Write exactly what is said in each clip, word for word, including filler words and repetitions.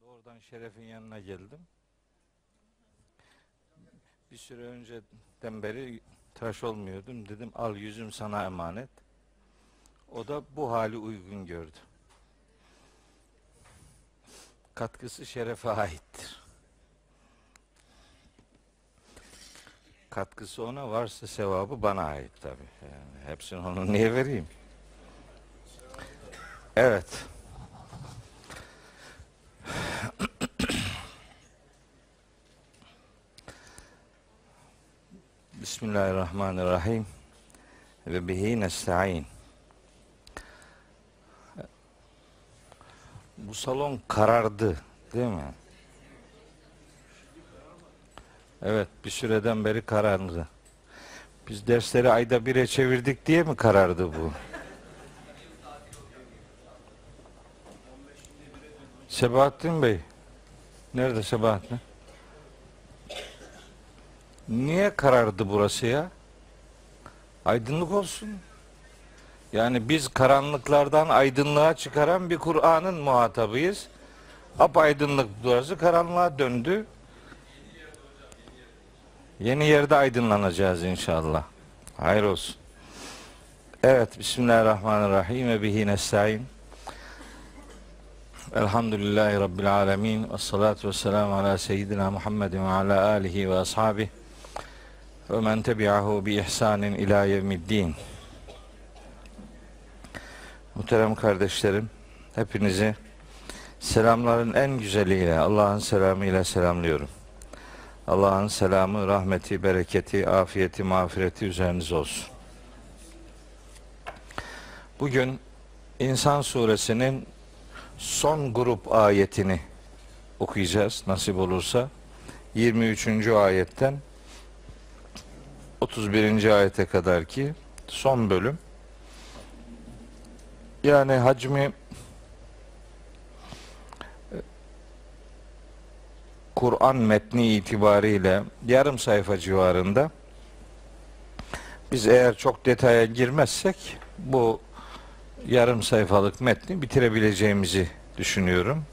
Doğrudan Şeref'in yanına geldim. Bir süre önceden beri tıraş olmuyordum. Dedim al yüzüm sana emanet. O da bu hali uygun gördü. Katkısı Şeref'e aittir. Katkısı ona varsa sevabı bana ait tabii. Yani hepsini ona niye vereyim? Evet. Bismillahirrahmanirrahim. Ve bihi nesta'in. Bu salon karardı, değil mi? Evet, bir süreden beri karardı. Biz dersleri ayda bire çevirdik diye mi karardı bu? Sebahattin Bey, nerede Sebahattin? Niye karardı burası ya? Aydınlık olsun. Yani biz karanlıklardan aydınlığa çıkaran bir Kur'an'ın muhatabıyız. Apaydınlık burası karanlığa döndü. Yeni yerde aydınlanacağız inşallah. Hayır olsun. Evet, Bismillahirrahmanirrahim ve bihi nesta'in. Elhamdülillahi Rabbil alemin. Ve salatu ve selamu ala seyyidina Muhammedin ve ala alihi ve ashabihi ve men tebi'ahu bi ihsanin ila yevmiddin. Muhterem kardeşlerim, hepinizi selamların en güzeliyle, Allah'ın selamıyla selamlıyorum. Allah'ın selamı, rahmeti, bereketi, afiyeti, mağfireti üzeriniz olsun. Bugün İnsan suresinin son grup ayetini okuyacağız nasip olursa. yirmi üçüncü ayetten otuz birinci ayete kadar ki son bölüm. Yani hacmi Kur'an metni itibariyle yarım sayfa civarında. Biz eğer çok detaya girmezsek bu yarım sayfalık metni bitirebileceğimizi düşünüyorum.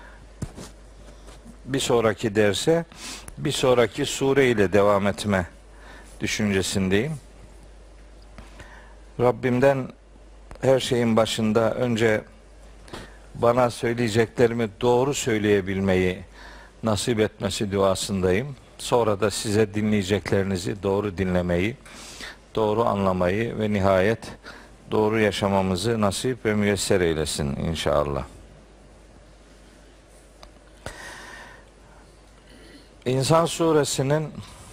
Bir sonraki derse bir sonraki sure ile devam etme düşüncesindeyim. Rabbimden her şeyin başında önce bana söyleyeceklerimi doğru söyleyebilmeyi nasip etmesi duasındayım. Sonra da size dinleyeceklerinizi doğru dinlemeyi, doğru anlamayı ve nihayet doğru yaşamamızı nasip ve müyesser eylesin inşallah. İnsan suresinin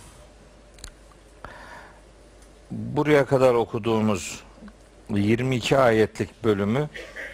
buraya kadar okuduğumuz yirmi iki ayetlik bölümü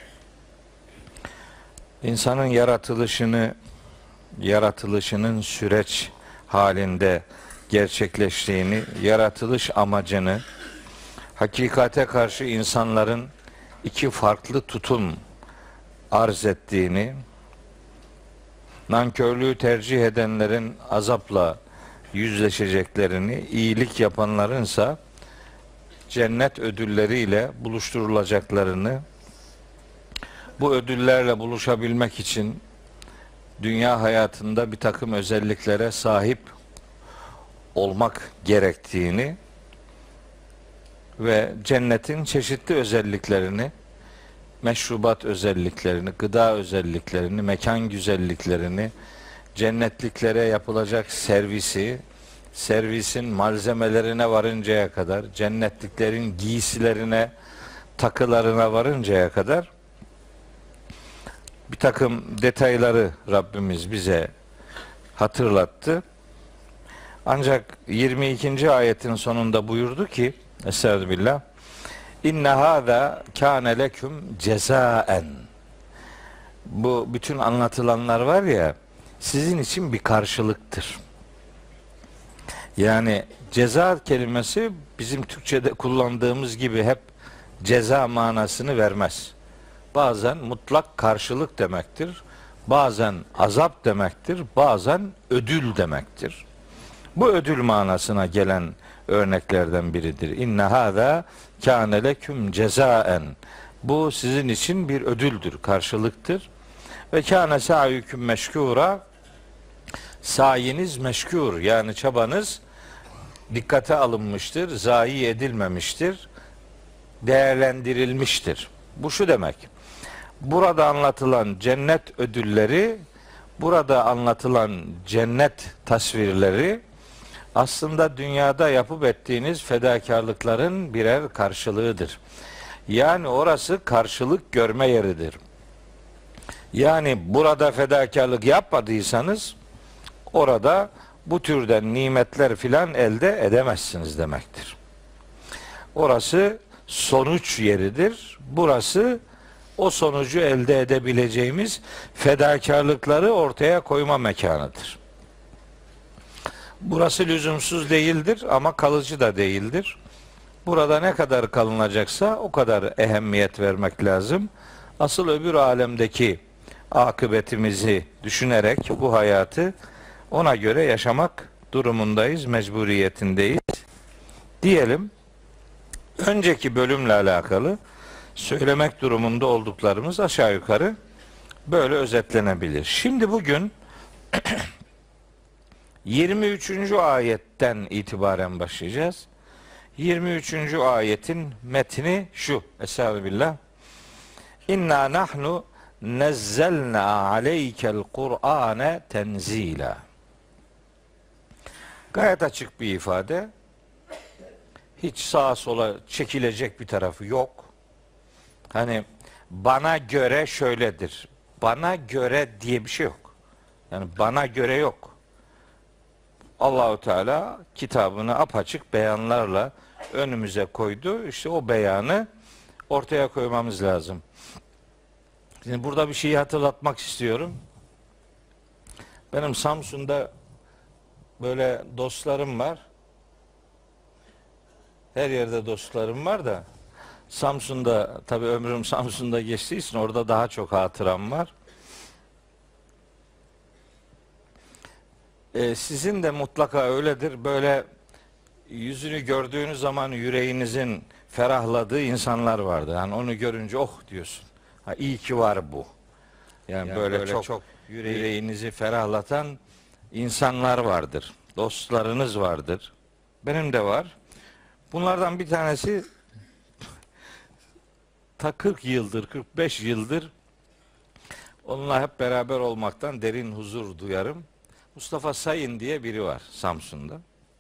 insanın yaratılışını, yaratılışının süreç halinde gerçekleştiğini, yaratılış amacını, hakikate karşı insanların iki farklı tutum arz ettiğini, nankörlüğü tercih edenlerin azapla yüzleşeceklerini, iyilik yapanlarınsa cennet ödülleriyle buluşturulacaklarını, bu ödüllerle buluşabilmek için dünya hayatında bir takım özelliklere sahip olmak gerektiğini ve cennetin çeşitli özelliklerini, meşrubat özelliklerini, gıda özelliklerini, mekan güzelliklerini, cennetliklere yapılacak servisi, servisin malzemelerine varıncaya kadar, cennetliklerin giysilerine, takılarına varıncaya kadar bir takım detayları Rabbimiz bize hatırlattı. Ancak yirmi ikinci ayetin sonunda buyurdu ki, Estağfirullah, İnne hâzâ kâne leküm cezâen. Bu bütün anlatılanlar var ya, sizin için bir karşılıktır. Yani ceza kelimesi bizim Türkçe'de kullandığımız gibi hep ceza manasını vermez. Bazen mutlak karşılık demektir. Bazen azap demektir. Bazen ödül demektir. Bu ödül manasına gelen örneklerden biridir. İnne hâzâ kâne leküm cezâen. Bu sizin için bir ödüldür, karşılıktır. Ve kâne sa'yüküm meşkûra. Sayiniz meşkur, yani çabanız dikkate alınmıştır, zayi edilmemiştir, değerlendirilmiştir. Bu şu demek: burada anlatılan cennet ödülleri, burada anlatılan cennet tasvirleri aslında dünyada yapıp ettiğiniz fedakarlıkların birer karşılığıdır. Yani orası karşılık görme yeridir. Yani burada fedakarlık yapmadıysanız orada bu türden nimetler filan elde edemezsiniz demektir. Orası sonuç yeridir. Burası o sonucu elde edebileceğimiz fedakarlıkları ortaya koyma mekanıdır. Burası lüzumsuz değildir ama kalıcı da değildir. Burada ne kadar kalınacaksa o kadar ehemmiyet vermek lazım. Asıl öbür alemdeki akıbetimizi düşünerek bu hayatı ona göre yaşamak durumundayız, mecburiyetindeyiz diyelim. Önceki bölümle alakalı söylemek durumunda olduklarımız aşağı yukarı böyle özetlenebilir. Şimdi bugün yirmi üçüncü ayetten itibaren başlayacağız. yirmi üçüncü ayetin metni şu: Estağfirullah. İnna nahnu nezzelna aleykel Kur'ane tenzila. Gayet açık bir ifade. Hiç sağa sola çekilecek bir tarafı yok. Hani bana göre şöyledir, bana göre diye bir şey yok. Yani bana göre yok. Allahu Teala kitabını apaçık beyanlarla önümüze koydu. İşte o beyanı ortaya koymamız lazım. Şimdi burada bir şeyi hatırlatmak istiyorum. Benim Samsun'da böyle dostlarım var. Her yerde dostlarım var da Samsun'da, tabii ömrüm Samsun'da geçtiği için orada daha çok hatıram var. Ee, sizin de mutlaka öyledir. Böyle yüzünü gördüğünüz zaman yüreğinizin ferahladığı insanlar vardı. Yani onu görünce oh diyorsun. Ha, iyi ki var bu. Yani, yani böyle, böyle çok, çok yüreğinizi ferahlatan insanlar vardır. Dostlarınız vardır. Benim de var. Bunlardan bir tanesi ta kırk yıldır, kırk beş yıldır onunla hep beraber olmaktan derin huzur duyarım. Mustafa Sayın diye biri var Samsun'da.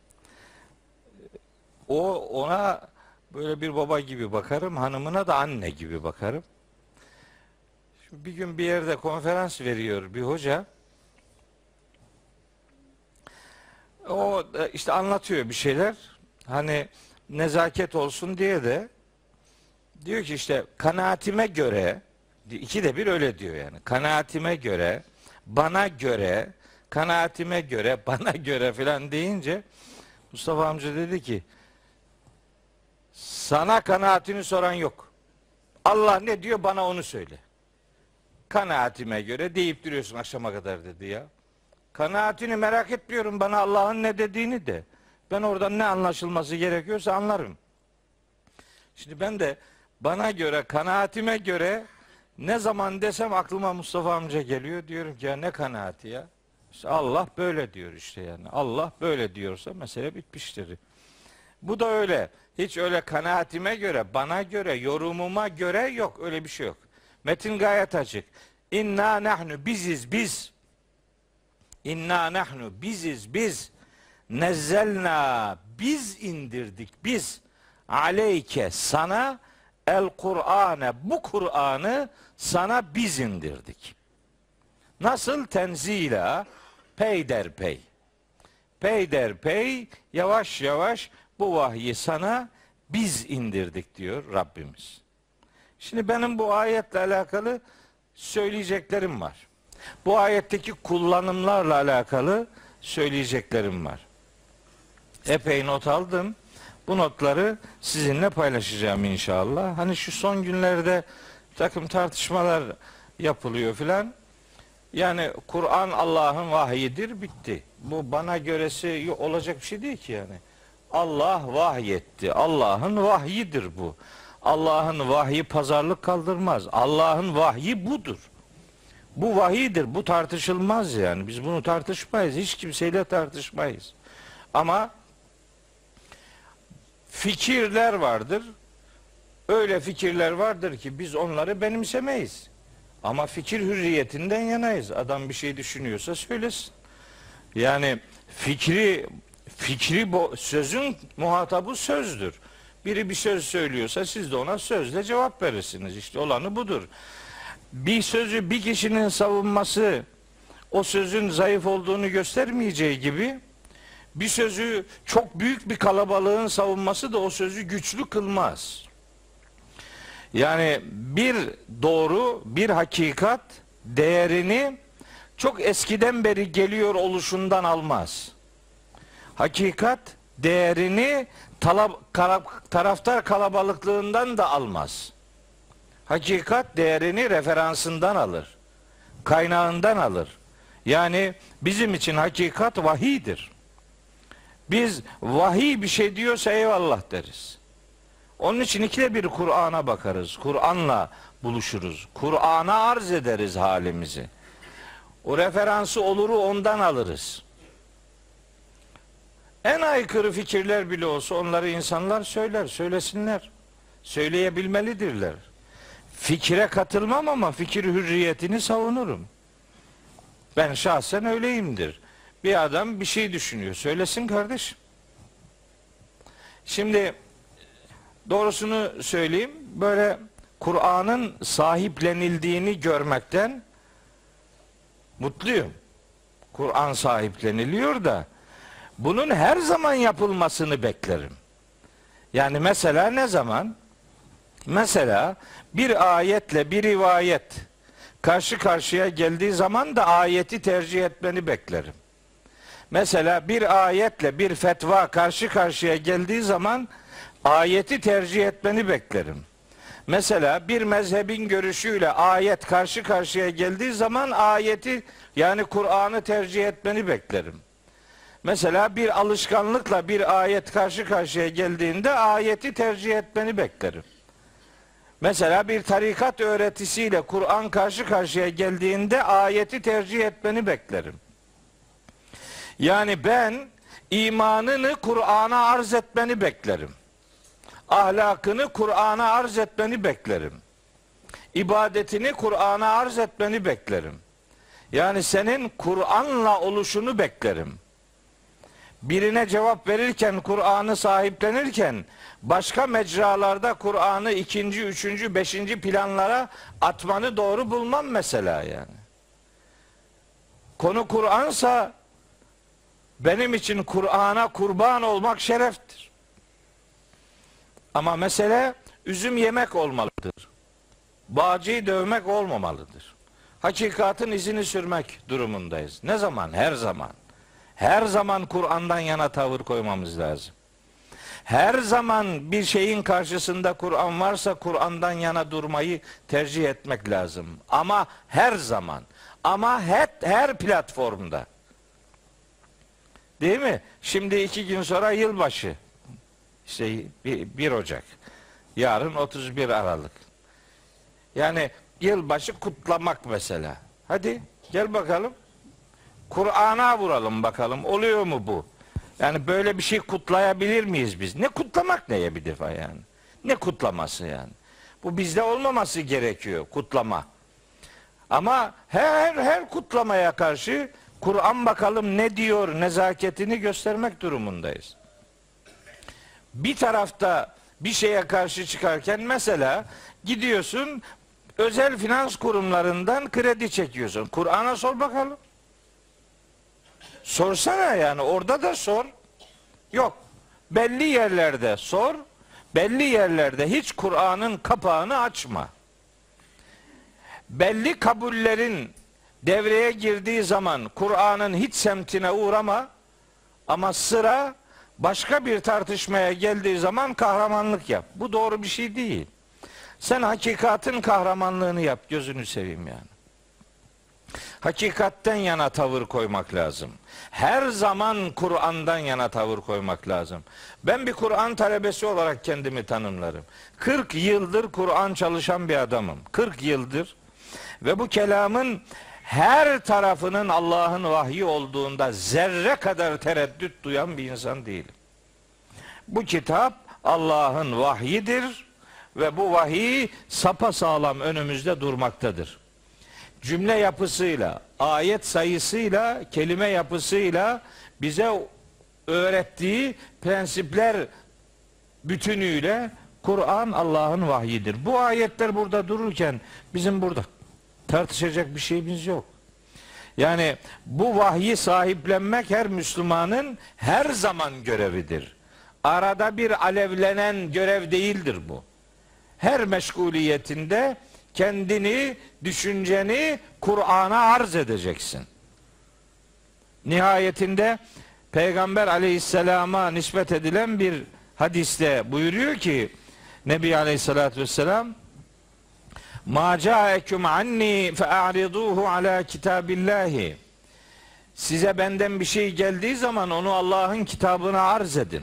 O ona böyle bir baba gibi bakarım, hanımına da anne gibi bakarım. Şimdi bir gün bir yerde konferans veriyor bir hoca. O işte anlatıyor bir şeyler. Hani nezaket olsun diye de diyor ki işte kanaatime göre, iki de bir öyle diyor yani. Kanaatime göre, bana göre, kanaatime göre, bana göre filan deyince Mustafa amca dedi ki sana kanaatini soran yok. Allah ne diyor bana onu söyle. Kanaatime göre deyip duruyorsun akşama kadar dedi ya. Kanaatini merak etmiyorum, bana Allah'ın ne dediğini de. Ben oradan ne anlaşılması gerekiyorsa anlarım. Şimdi ben de bana göre, kanaatime göre ne zaman desem aklıma Mustafa amca geliyor. Diyorum ki ya ne kanaati ya? İşte Allah böyle diyor işte yani. Allah böyle diyorsa mesele bitmiştir. Bu da öyle. Hiç öyle kanaatime göre, bana göre, yorumuma göre yok. Öyle bir şey yok. Metin gayet açık. İnna nahnu biziz biz. İnna nahnu biziz biz. Nezzelna biz indirdik biz. Aleyke sana el Kur'ane bu Kur'an'ı sana biz indirdik. Nasıl? Tenzila, peyderpey. Peyderpey yavaş yavaş bu vahyi sana biz indirdik diyor Rabbimiz. Şimdi benim bu ayetle alakalı söyleyeceklerim var. Bu ayetteki kullanımlarla alakalı söyleyeceklerim var. Epey not aldım. Bu notları sizinle paylaşacağım inşallah. Hani şu son günlerde takım tartışmalar yapılıyor filan. Yani Kur'an Allah'ın vahyidir, bitti. Bu bana göresi olacak bir şey değil ki yani. Allah vahyetti. Allah'ın vahyidir bu. Allah'ın vahyi pazarlık kaldırmaz. Allah'ın vahyi budur. Bu vahidir. Bu tartışılmaz yani. Biz bunu tartışmayız. Hiç kimseyle tartışmayız. Ama fikirler vardır. Öyle fikirler vardır ki biz onları benimsemeyiz. Ama fikir hürriyetinden yanayız. Adam bir şey düşünüyorsa söylesin. Yani fikri fikri bu sözün muhatabı sözdür. Biri bir söz söylüyorsa siz de ona sözle cevap verirsiniz. İşte olanı budur. Bir sözü bir kişinin savunması o sözün zayıf olduğunu göstermeyeceği gibi bir sözü çok büyük bir kalabalığın savunması da o sözü güçlü kılmaz. Yani bir doğru, bir hakikat değerini çok eskiden beri geliyor oluşundan almaz. Hakikat değerini talab, taraftar kalabalıklığından da almaz. Hakikat değerini referansından alır. Kaynağından alır. Yani bizim için hakikat vahiydir. Biz vahiy bir şey diyorsa eyvallah deriz. Onun için ikide bir Kur'an'a bakarız. Kur'an'la buluşuruz. Kur'an'a arz ederiz halimizi. O referansı oluru ondan alırız. En aykırı fikirler bile olsa onları insanlar söyler, söylesinler. Söyleyebilmelidirler. Fikre katılmam ama fikir hürriyetini savunurum. Ben şahsen öyleyimdir. Bir adam bir şey düşünüyor. Söylesin kardeşim. Şimdi doğrusunu söyleyeyim. Böyle Kur'an'ın sahiplenildiğini görmekten mutluyum. Kur'an sahipleniliyor da bunun her zaman yapılmasını beklerim. Yani mesela ne zaman? Mesela bir ayetle bir rivayet karşı karşıya geldiği zaman da ayeti tercih etmeni beklerim. Mesela bir ayetle bir fetva karşı karşıya geldiği zaman ayeti tercih etmeni beklerim. Mesela bir mezhebin görüşüyle ayet karşı karşıya geldiği zaman ayeti yani Kur'an'ı tercih etmeni beklerim. Mesela bir alışkanlıkla bir ayet karşı karşıya geldiğinde ayeti tercih etmeni beklerim. Mesela bir tarikat öğretisiyle Kur'an karşı karşıya geldiğinde ayeti tercih etmeni beklerim. Yani ben imanını Kur'an'a arz etmeni beklerim. Ahlakını Kur'an'a arz etmeni beklerim. İbadetini Kur'an'a arz etmeni beklerim. Yani senin Kur'an'la oluşunu beklerim. Birine cevap verirken, Kur'an'ı sahiplenirken başka mecralarda Kur'an'ı ikinci, üçüncü, beşinci planlara atmanı doğru bulmam mesela yani. Konu Kur'ansa benim için Kur'an'a kurban olmak şereftir. Ama mesele üzüm yemek olmalıdır. Bağcıyı dövmek olmamalıdır. Hakikatin izini sürmek durumundayız. Ne zaman? Her zaman. Her zaman Kur'an'dan yana tavır koymamız lazım. Her zaman bir şeyin karşısında Kur'an varsa Kur'an'dan yana durmayı tercih etmek lazım. Ama her zaman. Ama her, her platformda. Değil mi? Şimdi iki gün sonra yılbaşı. İşte bir Ocak. Yarın otuz bir Aralık. Yani yılbaşı kutlamak mesela. Hadi gel bakalım. Kur'an'a vuralım bakalım. Oluyor mu bu? Yani böyle bir şey kutlayabilir miyiz biz? Ne kutlamak neye bir defa yani? Ne kutlaması yani? Bu bizde olmaması gerekiyor kutlama. Ama her her kutlamaya karşı Kur'an bakalım ne diyor nezaketini göstermek durumundayız. Bir tarafta bir şeye karşı çıkarken mesela gidiyorsun özel finans kurumlarından kredi çekiyorsun. Kur'an'a sor bakalım. Sorsana yani orada da sor. Yok. Belli yerlerde sor. Belli yerlerde hiç Kur'an'ın kapağını açma. Belli kabullerin devreye girdiği zaman Kur'an'ın hiç semtine uğrama. Ama sıra başka bir tartışmaya geldiği zaman kahramanlık yap. Bu doğru bir şey değil. Sen hakikatin kahramanlığını yap, gözünü seveyim yani. Hakikatten yana tavır koymak lazım. Her zaman Kur'an'dan yana tavır koymak lazım. Ben bir Kur'an talebesi olarak kendimi tanımlarım. kırk yıldır Kur'an çalışan bir adamım. kırk yıldır ve bu kelamın her tarafının Allah'ın vahyi olduğunda zerre kadar tereddüt duyan bir insan değilim. Bu kitap Allah'ın vahyidir ve bu vahiy sapasağlam önümüzde durmaktadır. Cümle yapısıyla, ayet sayısıyla, kelime yapısıyla bize öğrettiği prensipler bütünüyle Kur'an Allah'ın vahyidir. Bu ayetler burada dururken bizim burada tartışacak bir şeyimiz yok. Yani bu vahyi sahiplenmek her Müslümanın her zaman görevidir. Arada bir alevlenen görev değildir bu. Her meşguliyetinde kendini, düşünceni Kur'an'a arz edeceksin. Nihayetinde Peygamber aleyhisselama nispet edilen bir hadiste buyuruyor ki Nebi aleyhissalatü vesselam "Ma ca'ekum anni fe'ariduhu ala kitabillahi." Size benden bir şey geldiği zaman onu Allah'ın kitabına arz edin.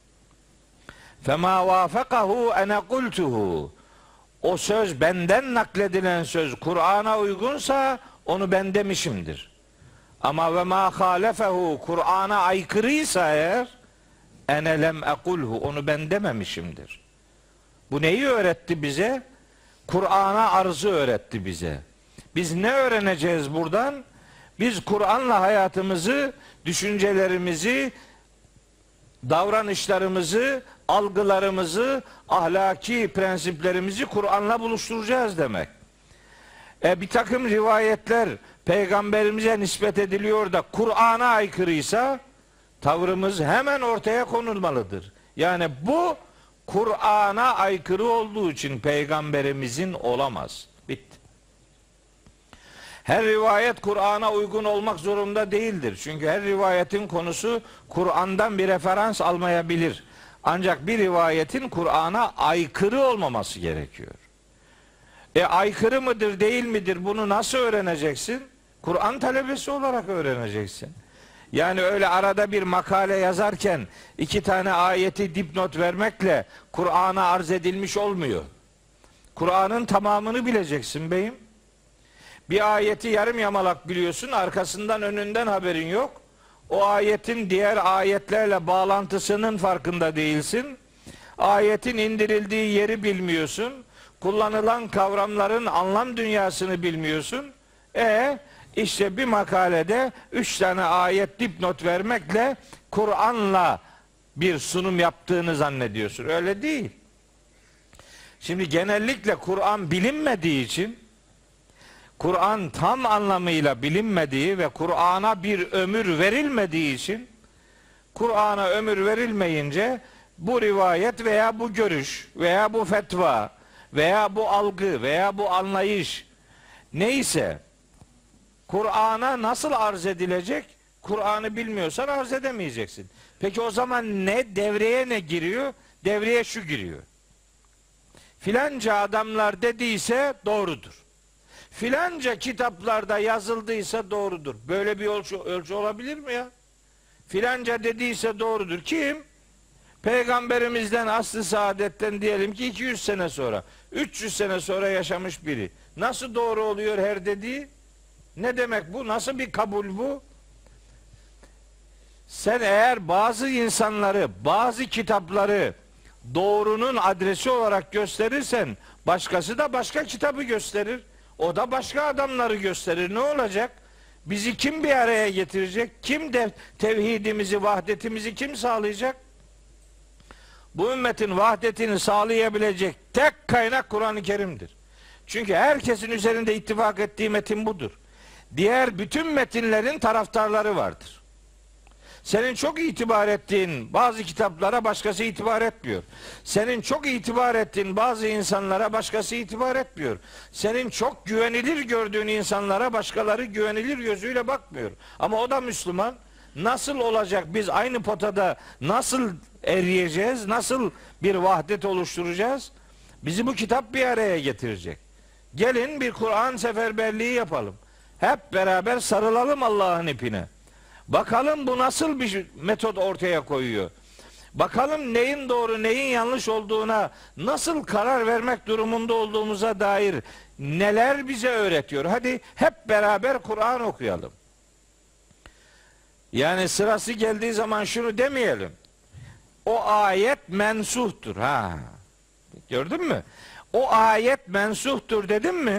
"Fema vafakahu ene kultuhu." O söz, benden nakledilen söz Kur'an'a uygunsa onu ben demişimdir. Ama ve ma halefehu, Kur'an'a aykırıysa eğer, ene lem ekulhu, onu ben dememişimdir. Bu neyi öğretti bize? Kur'an'a arzı öğretti bize. Biz ne öğreneceğiz buradan? Biz Kur'an'la hayatımızı, düşüncelerimizi, davranışlarımızı, algılarımızı, ahlaki prensiplerimizi Kur'an'la buluşturacağız demek. E, bir takım rivayetler Peygamberimize nispet ediliyor da Kur'an'a aykırıysa tavrımız hemen ortaya konulmalıdır. Yani bu Kur'an'a aykırı olduğu için Peygamberimizin olamaz. Bitti. Her rivayet Kur'an'a uygun olmak zorunda değildir. Çünkü her rivayetin konusu Kur'an'dan bir referans almayabilir. Ancak bir rivayetin Kur'an'a aykırı olmaması gerekiyor. E aykırı mıdır değil midir bunu nasıl öğreneceksin? Kur'an talebesi olarak öğreneceksin. Yani öyle arada bir makale yazarken iki tane ayeti dipnot vermekle Kur'an'a arz edilmiş olmuyor. Kur'an'ın tamamını bileceksin beyim. Bir ayeti yarım yamalak biliyorsun, arkasından önünden haberin yok. O ayetin diğer ayetlerle bağlantısının farkında değilsin. Ayetin indirildiği yeri bilmiyorsun. Kullanılan kavramların anlam dünyasını bilmiyorsun. E işte bir makalede üç tane ayet dipnot vermekle Kur'an'la bir sunum yaptığını zannediyorsun. Öyle değil. Şimdi genellikle Kur'an bilinmediği için, Kur'an tam anlamıyla bilinmediği ve Kur'an'a bir ömür verilmediği için, Kur'an'a ömür verilmeyince bu rivayet veya bu görüş veya bu fetva veya bu algı veya bu anlayış neyse Kur'an'a nasıl arz edilecek? Kur'an'ı bilmiyorsan arz edemeyeceksin. Peki o zaman ne devreye ne giriyor? Devreye şu giriyor. Filanca adamlar dediyse doğrudur. Filanca kitaplarda yazıldıysa doğrudur. Böyle bir ölçü, ölçü olabilir mi ya? Filanca dediyse doğrudur. Kim? Peygamberimizden, asr-ı saadetten diyelim ki iki yüz sene sonra, üç yüz sene sonra yaşamış biri. Nasıl doğru oluyor her dediği? Ne demek bu? Nasıl bir kabul bu? Sen eğer bazı insanları, bazı kitapları doğrunun adresi olarak gösterirsen, başkası da başka kitabı gösterir. O da başka adamları gösterir. Ne olacak? Bizi kim bir araya getirecek? Kim de tevhidimizi, vahdetimizi kim sağlayacak? Bu ümmetin vahdetini sağlayabilecek tek kaynak Kur'an-ı Kerim'dir. Çünkü herkesin üzerinde ittifak ettiği metin budur. Diğer bütün metinlerin taraftarları vardır. Senin çok itibar ettiğin bazı kitaplara başkası itibar etmiyor. Senin çok itibar ettiğin bazı insanlara başkası itibar etmiyor. Senin çok güvenilir gördüğün insanlara başkaları güvenilir gözüyle bakmıyor. Ama o da Müslüman. Nasıl olacak? Biz aynı potada nasıl eriyeceğiz? Nasıl bir vahdet oluşturacağız? Bizi bu kitap bir araya getirecek. Gelin bir Kur'an seferberliği yapalım. Hep beraber sarılalım Allah'ın ipine. Bakalım bu nasıl bir metot ortaya koyuyor. Bakalım neyin doğru neyin yanlış olduğuna nasıl karar vermek durumunda olduğumuza dair neler bize öğretiyor? Hadi hep beraber Kur'an okuyalım. Yani sırası geldiği zaman şunu demeyelim. O ayet mensuhtur. Ha. Gördün mü? O ayet mensuhtur dedim mi?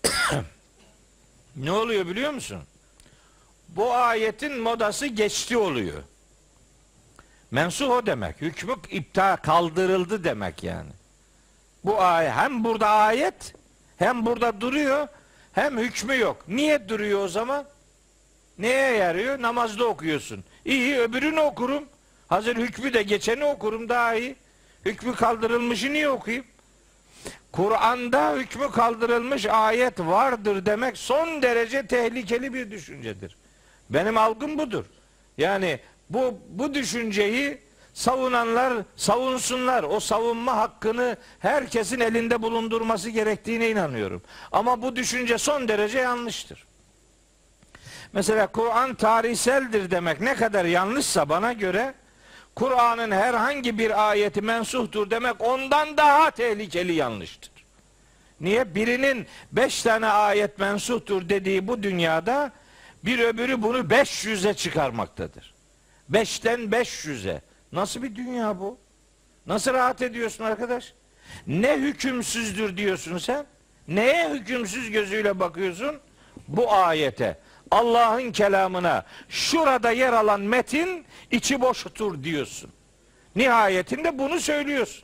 Ne oluyor biliyor musun? Bu ayetin modası geçti oluyor. Mensuh o demek. Hükmü iptal kaldırıldı demek yani. Bu ayet hem burada ayet hem burada duruyor hem hükmü yok. Niye duruyor o zaman? Neye yarıyor? Namazda okuyorsun. İyi, öbürünü okurum. Hazır hükmü de geçeni okurum daha iyi. Hükmü kaldırılmışı niye okuyayım? Kur'an'da hükmü kaldırılmış ayet vardır demek son derece tehlikeli bir düşüncedir. Benim algım budur. Yani bu bu düşünceyi savunanlar savunsunlar. O savunma hakkını herkesin elinde bulundurması gerektiğine inanıyorum. Ama bu düşünce son derece yanlıştır. Mesela Kur'an tarihseldir demek ne kadar yanlışsa bana göre Kur'an'ın herhangi bir ayeti mensuhtur demek ondan daha tehlikeli yanlıştır. Niye? Birinin beş tane ayet mensuhtur dediği bu dünyada bir öbürü bunu beş yüze çıkarmaktadır. Beşten beş yüze. Nasıl bir dünya bu? Nasıl rahat ediyorsun arkadaş? Ne hükümsüzdür diyorsun sen? Neye hükümsüz gözüyle bakıyorsun? Bu ayete. Allah'ın kelamına şurada yer alan metin içi boştur diyorsun. Nihayetinde bunu söylüyorsun.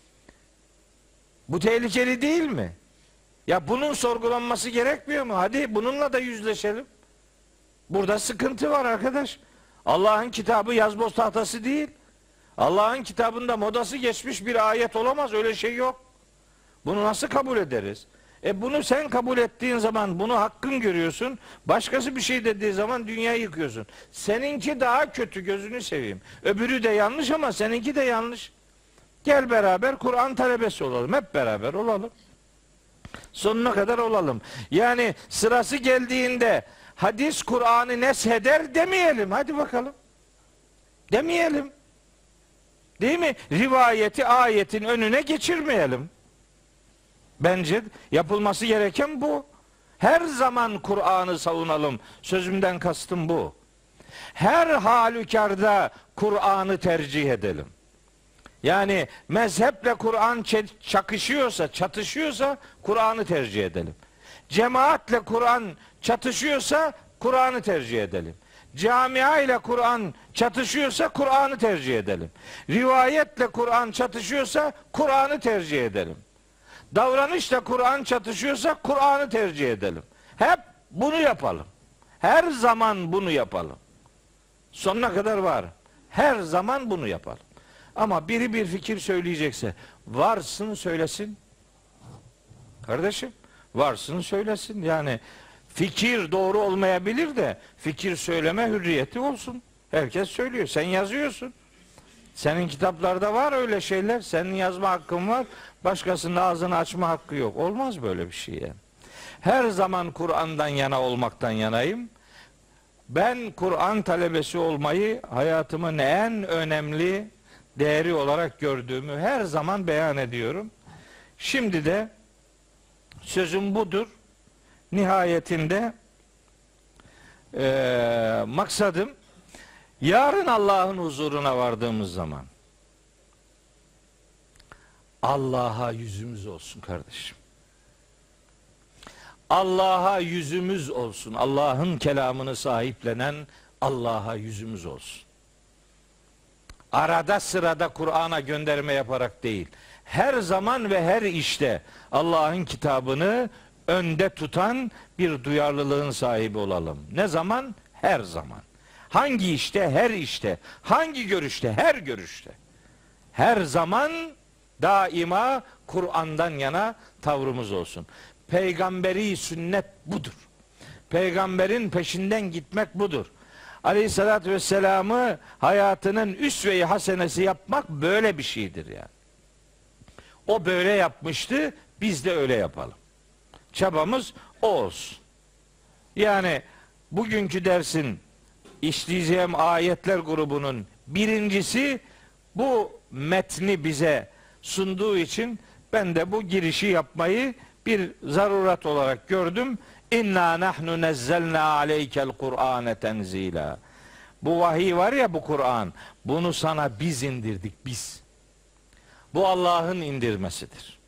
Bu tehlikeli değil mi? Ya bunun sorgulanması gerekmiyor mu? Hadi bununla da yüzleşelim. Burada sıkıntı var arkadaş. Allah'ın kitabı yazboz tahtası değil. Allah'ın kitabında modası geçmiş bir ayet olamaz. Öyle şey yok. Bunu nasıl kabul ederiz? E bunu sen kabul ettiğin zaman bunu hakkın görüyorsun. Başkası bir şey dediği zaman dünyayı yıkıyorsun. Seninki daha kötü, gözünü seveyim. Öbürü de yanlış ama seninki de yanlış. Gel beraber Kur'an talebesi olalım. Hep beraber olalım. Sonuna kadar olalım. Yani sırası geldiğinde hadis Kur'an'ı nesheder demeyelim. Hadi bakalım. Demeyelim. Değil mi? Rivayeti ayetin önüne geçirmeyelim. Bence yapılması gereken bu. Her zaman Kur'an'ı savunalım. Sözümden kastım bu. Her halükarda Kur'an'ı tercih edelim. Yani mezheple Kur'an çakışıyorsa, çatışıyorsa Kur'an'ı tercih edelim. Cemaatle Kur'an çatışıyorsa Kur'an'ı tercih edelim. Camia ile Kur'an çatışıyorsa Kur'an'ı tercih edelim. Rivayetle Kur'an çatışıyorsa Kur'an'ı tercih edelim. Davranışla Kur'an çatışıyorsa Kur'an'ı tercih edelim. Hep bunu yapalım. Her zaman bunu yapalım. Sonuna kadar var. Her zaman bunu yapalım. Ama biri bir fikir söyleyecekse varsın söylesin. Kardeşim varsın söylesin. Yani fikir doğru olmayabilir de fikir söyleme hürriyeti olsun. Herkes söylüyor. Sen yazıyorsun. Senin kitaplarda var öyle şeyler. Senin yazma hakkın var. Başkasının ağzını açma hakkı yok. Olmaz böyle bir şey yani. Her zaman Kur'an'dan yana olmaktan yanayım. Ben Kur'an talebesi olmayı hayatımın en önemli değeri olarak gördüğümü her zaman beyan ediyorum. Şimdi de sözüm budur. Nihayetinde e, maksadım yarın Allah'ın huzuruna vardığımız zaman Allah'a yüzümüz olsun kardeşim. Allah'a yüzümüz olsun. Allah'ın kelamını sahiplenen Allah'a yüzümüz olsun. Arada sırada Kur'an'a gönderme yaparak değil. Her zaman ve her işte Allah'ın kitabını önde tutan bir duyarlılığın sahibi olalım. Ne zaman? Her zaman. Hangi işte? Her işte. Hangi görüşte? Her görüşte. Her zaman daima Kur'an'dan yana tavrımız olsun. Peygamberi sünnet budur. Peygamberin peşinden gitmek budur. Aleyhissalatü vesselam'ı hayatının üsve-i hasenesi yapmak böyle bir şeydir yani. O böyle yapmıştı, biz de öyle yapalım. Çabamız o olsun. Yani bugünkü dersin işleyeceğim ayetler grubunun birincisi bu metni bize sunduğu için ben de bu girişi yapmayı bir zaruret olarak gördüm. İnna nahnu nezzelna aleykel Kur'ane tenzila. Bu vahiy var ya, bu Kur'an, bunu sana biz indirdik, biz. Bu Allah'ın indirmesidir.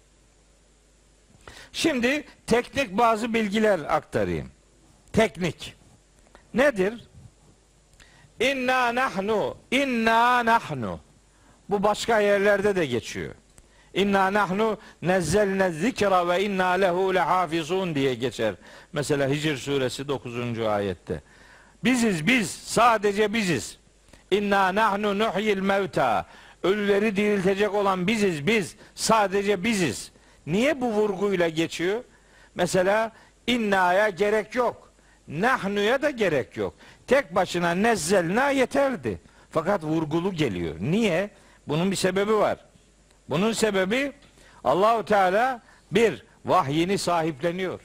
Şimdi teknik bazı bilgiler aktarayım. Teknik. Nedir? İnna nahnu, inna nahnu. Bu başka yerlerde de geçiyor. İnna nahnu nezzelne zikra ve inna lehu lehafizun diye geçer. Mesela Hicr suresi dokuzuncu ayette. Biziz biz, sadece biziz. İnna nahnu nuhyil mevta. Ölüleri diriltecek olan biziz biz, sadece biziz. Niye bu vurguyla geçiyor? Mesela inna'ya gerek yok. Nahnu'ya da gerek yok. Tek başına nezzelna yeterdi. Fakat vurgulu geliyor. Niye? Bunun bir sebebi var. Bunun sebebi Allahu Teala bir, vahyini sahipleniyor.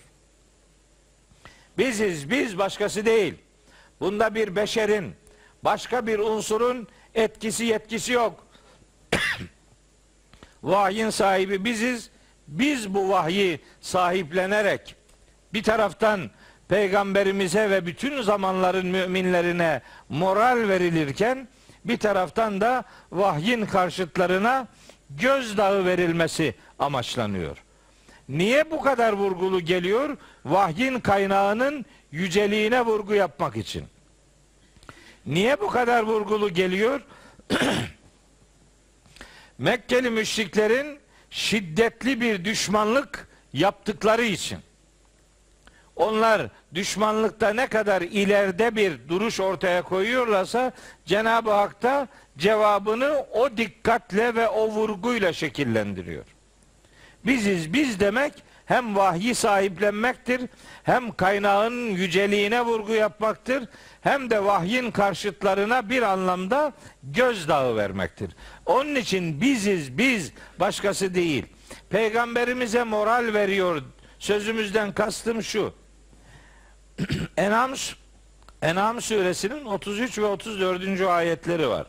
Biziz biz, başkası değil. Bunda bir beşerin, başka bir unsurun etkisi yetkisi yok. Vahyin sahibi biziz. Biz bu vahyi sahiplenerek bir taraftan peygamberimize ve bütün zamanların müminlerine moral verilirken bir taraftan da vahyin karşıtlarına gözdağı verilmesi amaçlanıyor. Niye bu kadar vurgulu geliyor? Vahyin kaynağının yüceliğine vurgu yapmak için. Niye bu kadar vurgulu geliyor? Mekkeli müşriklerin şiddetli bir düşmanlık yaptıkları için. Onlar düşmanlıkta ne kadar ileride bir duruş ortaya koyuyorlarsa Cenab-ı Hak da cevabını o dikkatle ve o vurguyla şekillendiriyor. Biziz biz demek hem vahyi sahiplenmektir, hem kaynağın yüceliğine vurgu yapmaktır, hem de vahyin karşıtlarına bir anlamda gözdağı vermektir. Onun için biziz biz, başkası değil. Peygamberimize moral veriyor. Sözümüzden kastım şu. En'am En'am suresinin otuz üç ve otuz dördüncü ayetleri var.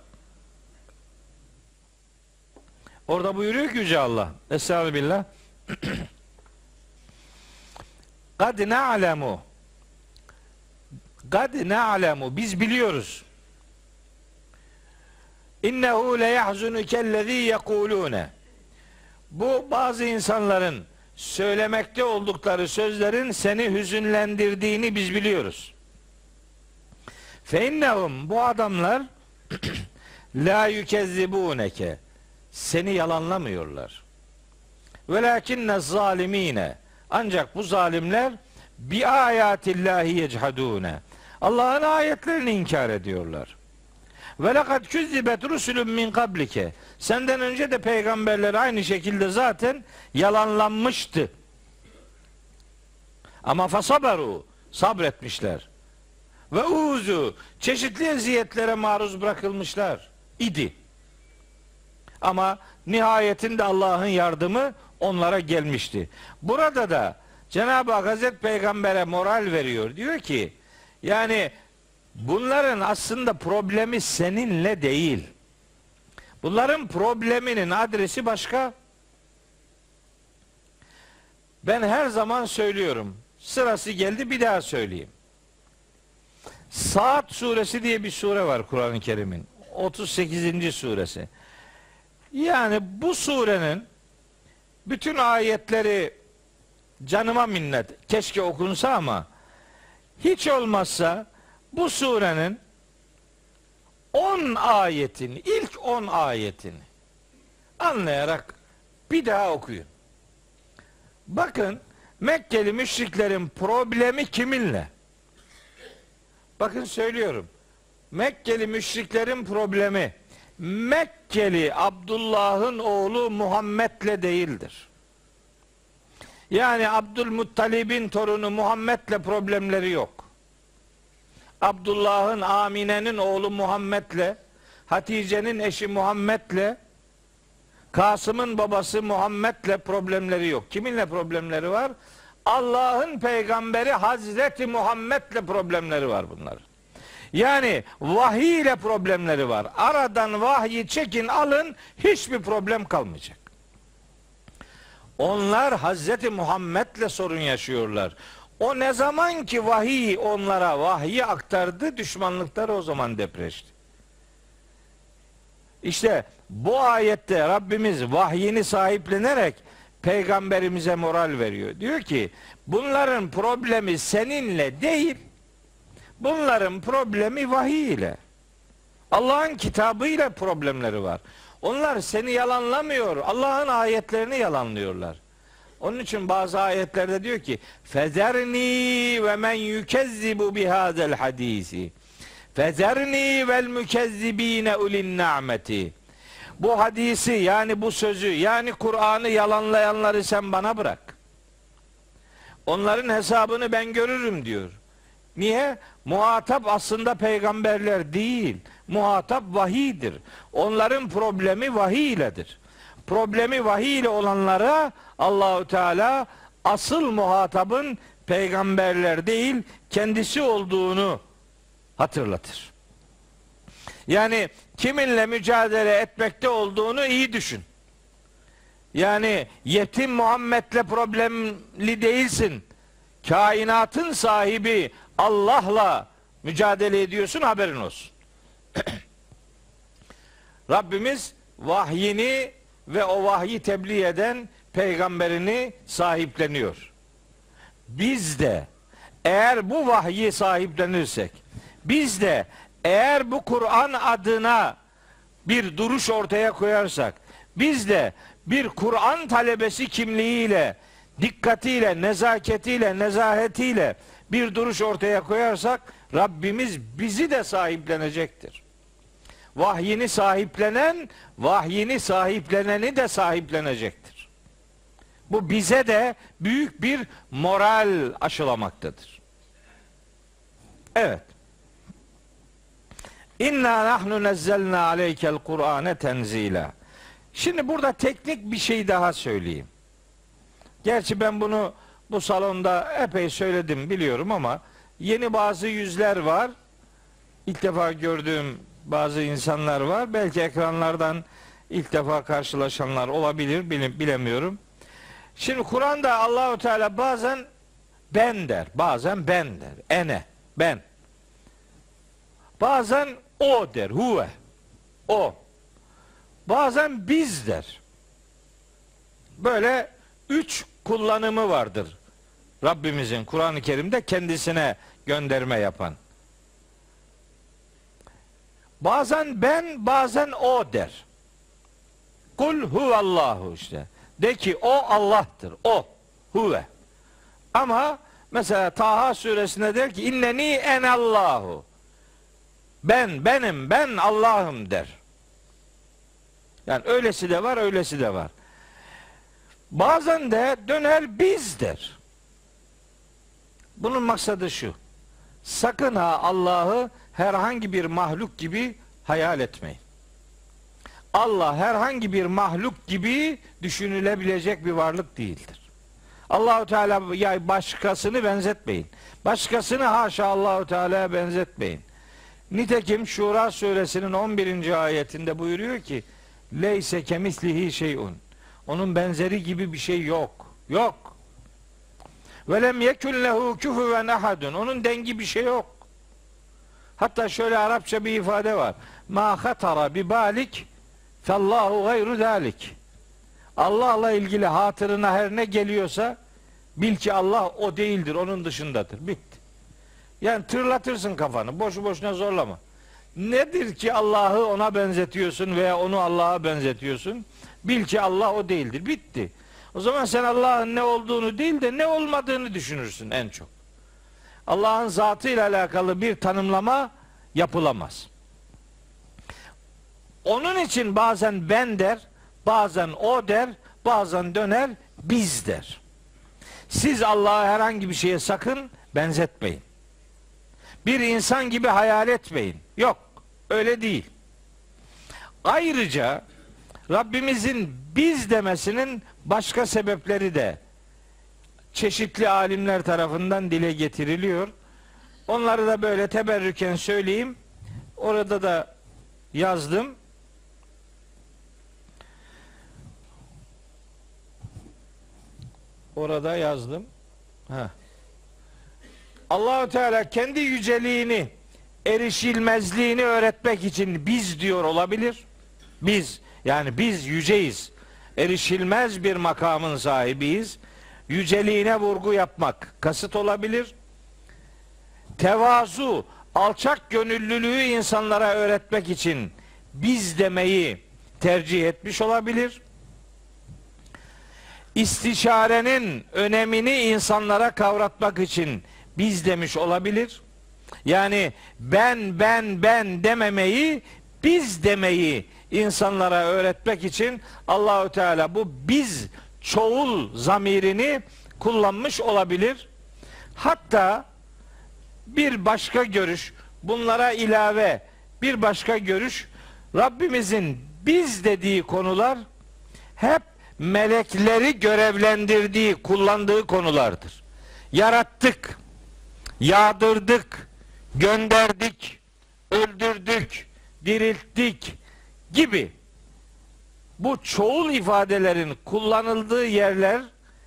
Orada buyuruyor ki Yüce Allah. Estağfirullah. Kad na'lemu Kad na'lemu Biz biliyoruz. İnnehu le yahzunukellezî yekulûne. Bu bazı insanların söylemekte oldukları sözlerin seni hüzünlendirdiğini biz biliyoruz. Fe innehum, bu adamlar la yükezzibûneke, seni yalanlamıyorlar. Velakinne zalimine, ancak bu zalimler bi ayatillahi yechadûne, Allah'ın ayetlerini inkar ediyorlar. Ve lekad küzzibet rusulun min kablike, senden önce de peygamberler aynı şekilde zaten yalanlanmıştı. Ama fasabaru, sabretmişler. Ve uzu, çeşitli eziyetlere maruz bırakılmışlar idi. Ama nihayetinde Allah'ın yardımı onlara gelmişti. Burada da Cenab-ı Hak Hazreti Peygamber'e moral veriyor. Diyor ki, yani bunların aslında problemi seninle değil. Bunların probleminin adresi başka. Ben her zaman söylüyorum. Sırası geldi bir daha söyleyeyim. Saat suresi diye bir sure var Kur'an-ı Kerim'in. otuz sekizinci suresi. Yani bu surenin bütün ayetleri canıma minnet. Keşke okunsa ama hiç olmazsa bu surenin on ayetini, ilk on ayetini anlayarak bir daha okuyun. Bakın, Mekkeli müşriklerin problemi kiminle? Bakın söylüyorum. Mekkeli müşriklerin problemi Mekkeli Abdullah'ın oğlu Muhammed'le değildir. Yani Abdülmuttalib'in torunu Muhammed'le problemleri yok. Abdullah'ın, Amine'nin oğlu Muhammed'le, Hatice'nin eşi Muhammed'le, Kasım'ın babası Muhammed'le problemleri yok. Kiminle problemleri var? Allah'ın peygamberi Hazreti Muhammed'le problemleri var bunlar. Yani vahiy ile problemleri var. Aradan vahyi çekin, alın, hiçbir problem kalmayacak. Onlar Hazreti Muhammed'le sorun yaşıyorlar. O ne zaman ki vahiy onlara vahyi aktardı, düşmanlıkları o zaman depreşti. İşte bu ayette Rabbimiz vahyini sahiplenerek peygamberimize moral veriyor. Diyor ki bunların problemi seninle değil, bunların problemi vahiy ile. Allah'ın kitabıyla problemleri var. Onlar seni yalanlamıyor. Allah'ın ayetlerini yalanlıyorlar. Onun için bazı ayetlerde diyor ki fezerni ve men yukezzibu bihadel hadisi fezerni vel mükezzibine ulin ni'meti. Bu hadisi yani bu sözü yani Kur'an'ı yalanlayanları sen bana bırak. Onların hesabını ben görürüm diyor. Niye? Muhatap aslında peygamberler değil. Muhatap vahiydir. Onların problemi vahiy iledir. Problemi vahiy ile olanlara Allahu Teala asıl muhatabın peygamberler değil kendisi olduğunu hatırlatır. Yani kiminle mücadele etmekte olduğunu iyi düşün. Yani yetim Muhammed'le problemli değilsin. Kainatın sahibi Allah'la mücadele ediyorsun, haberin olsun. Rabbimiz vahyini ve o vahyi tebliğ eden peygamberini sahipleniyor. Biz de eğer bu vahyi sahiplenirsek, biz de eğer bu Kur'an adına bir duruş ortaya koyarsak, biz de bir Kur'an talebesi kimliğiyle, dikkatiyle, nezaketiyle, nezahetiyle bir duruş ortaya koyarsak, Rabbimiz bizi de sahiplenecektir. Vahyini sahiplenen, vahyini sahipleneni de sahiplenecektir. Bu bize de büyük bir moral aşılamaktadır. Evet. İnna nahnu nezzelna aleykel Kur'ane tenzila. Şimdi burada teknik bir şey daha söyleyeyim. Gerçi ben bunu bu salonda epey söyledim biliyorum ama yeni bazı yüzler var. İlk defa gördüğüm bazı insanlar var. Belki ekranlardan ilk defa karşılaşanlar olabilir, bilemiyorum. Şimdi Kur'an'da Allahu Teala bazen ben der, bazen ben der. Ene, ben. Bazen o der, huve. O. Bazen biz der. Böyle üç kullanımı vardır. Rabbimizin Kur'an-ı Kerim'de kendisine gönderme yapan. Bazen ben, bazen o der. Kul huvallahu işte. De ki o Allah'tır. O. Huve. Ama mesela Taha suresinde der ki inneni enallahu. Ben, benim, ben Allah'ım der. Yani öylesi de var, öylesi de var. Bazen de döner biz der. Bunun maksadı şu. Sakın ha Allah'ı herhangi bir mahluk gibi hayal etmeyin. Allah herhangi bir mahluk gibi düşünülebilecek bir varlık değildir. Allahu Teala ya başkasını benzetmeyin. Başkasını haşa Allahu Teala'ya benzetmeyin. Nitekim Şura suresinin on birinci ayetinde buyuruyor ki leyse kemislihi şeyun. Onun benzeri gibi bir şey yok. Yok. Ve lem yekun lehu kufuven ahadun. Onun dengi bir şey yok. Hatta şöyle Arapça bir ifade var. Ma hatara bi balik fallahu gayru zalik. Allah'la ilgili hatırına her ne geliyorsa bil ki Allah o değildir, onun dışındadır. Bitti. Yani tırlatırsın kafanı. Boşu boşuna zorlama. Nedir ki Allah'ı ona benzetiyorsun veya onu Allah'a benzetiyorsun? Bil ki Allah o değildir. Bitti. O zaman sen Allah'ın ne olduğunu değil de ne olmadığını düşünürsün en çok. Allah'ın zatıyla alakalı bir tanımlama yapılamaz. Onun için bazen ben der, bazen o der, bazen döner biz der. Siz Allah'ı herhangi bir şeye sakın benzetmeyin. Bir insan gibi hayal etmeyin. Yok, öyle değil. Ayrıca Rabbimizin biz demesinin başka sebepleri de çeşitli alimler tarafından dile getiriliyor. Onları da böyle teberrüken söyleyeyim. Orada da yazdım. Orada yazdım. Ha. Allahu Teala kendi yüceliğini, erişilmezliğini öğretmek için biz diyor olabilir. Biz, yani biz yüceyiz. Erişilmez bir makamın sahibiyiz. Yüceliğine vurgu yapmak kasıt olabilir. Tevazu, alçak gönüllülüğü insanlara öğretmek için biz demeyi tercih etmiş olabilir. İstişarenin önemini insanlara kavratmak için biz demiş olabilir. Yani ben ben ben dememeyi, biz demeyi insanlara öğretmek için Allahü Teala bu biz çoğul zamirini kullanmış olabilir. Hatta bir başka görüş, bunlara ilave bir başka görüş, Rabbimizin biz dediği konular hep melekleri görevlendirdiği, kullandığı konulardır. Yarattık, yağdırdık, gönderdik, öldürdük, dirilttik gibi bu çoğul ifadelerin kullanıldığı yerler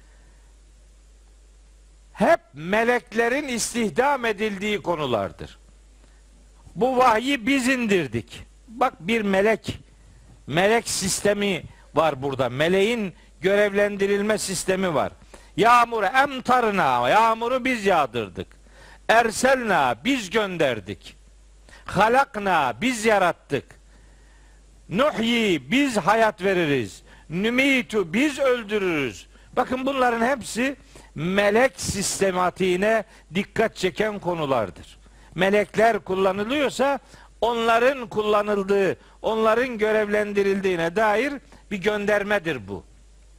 hep meleklerin istihdam edildiği konulardır. Bu vahyi biz indirdik. Bak, bir melek, melek sistemi var burada. Meleğin görevlendirilme sistemi var. Yağmuru emtarna, yağmuru biz yağdırdık. Erselna, biz gönderdik. Halakna, biz yarattık. Nuhyi, biz hayat veririz. Nümitu, biz öldürürüz. Bakın, bunların hepsi melek sistematiğine dikkat çeken konulardır. Melekler kullanılıyorsa onların kullanıldığı, onların görevlendirildiğine dair bir göndermedir bu.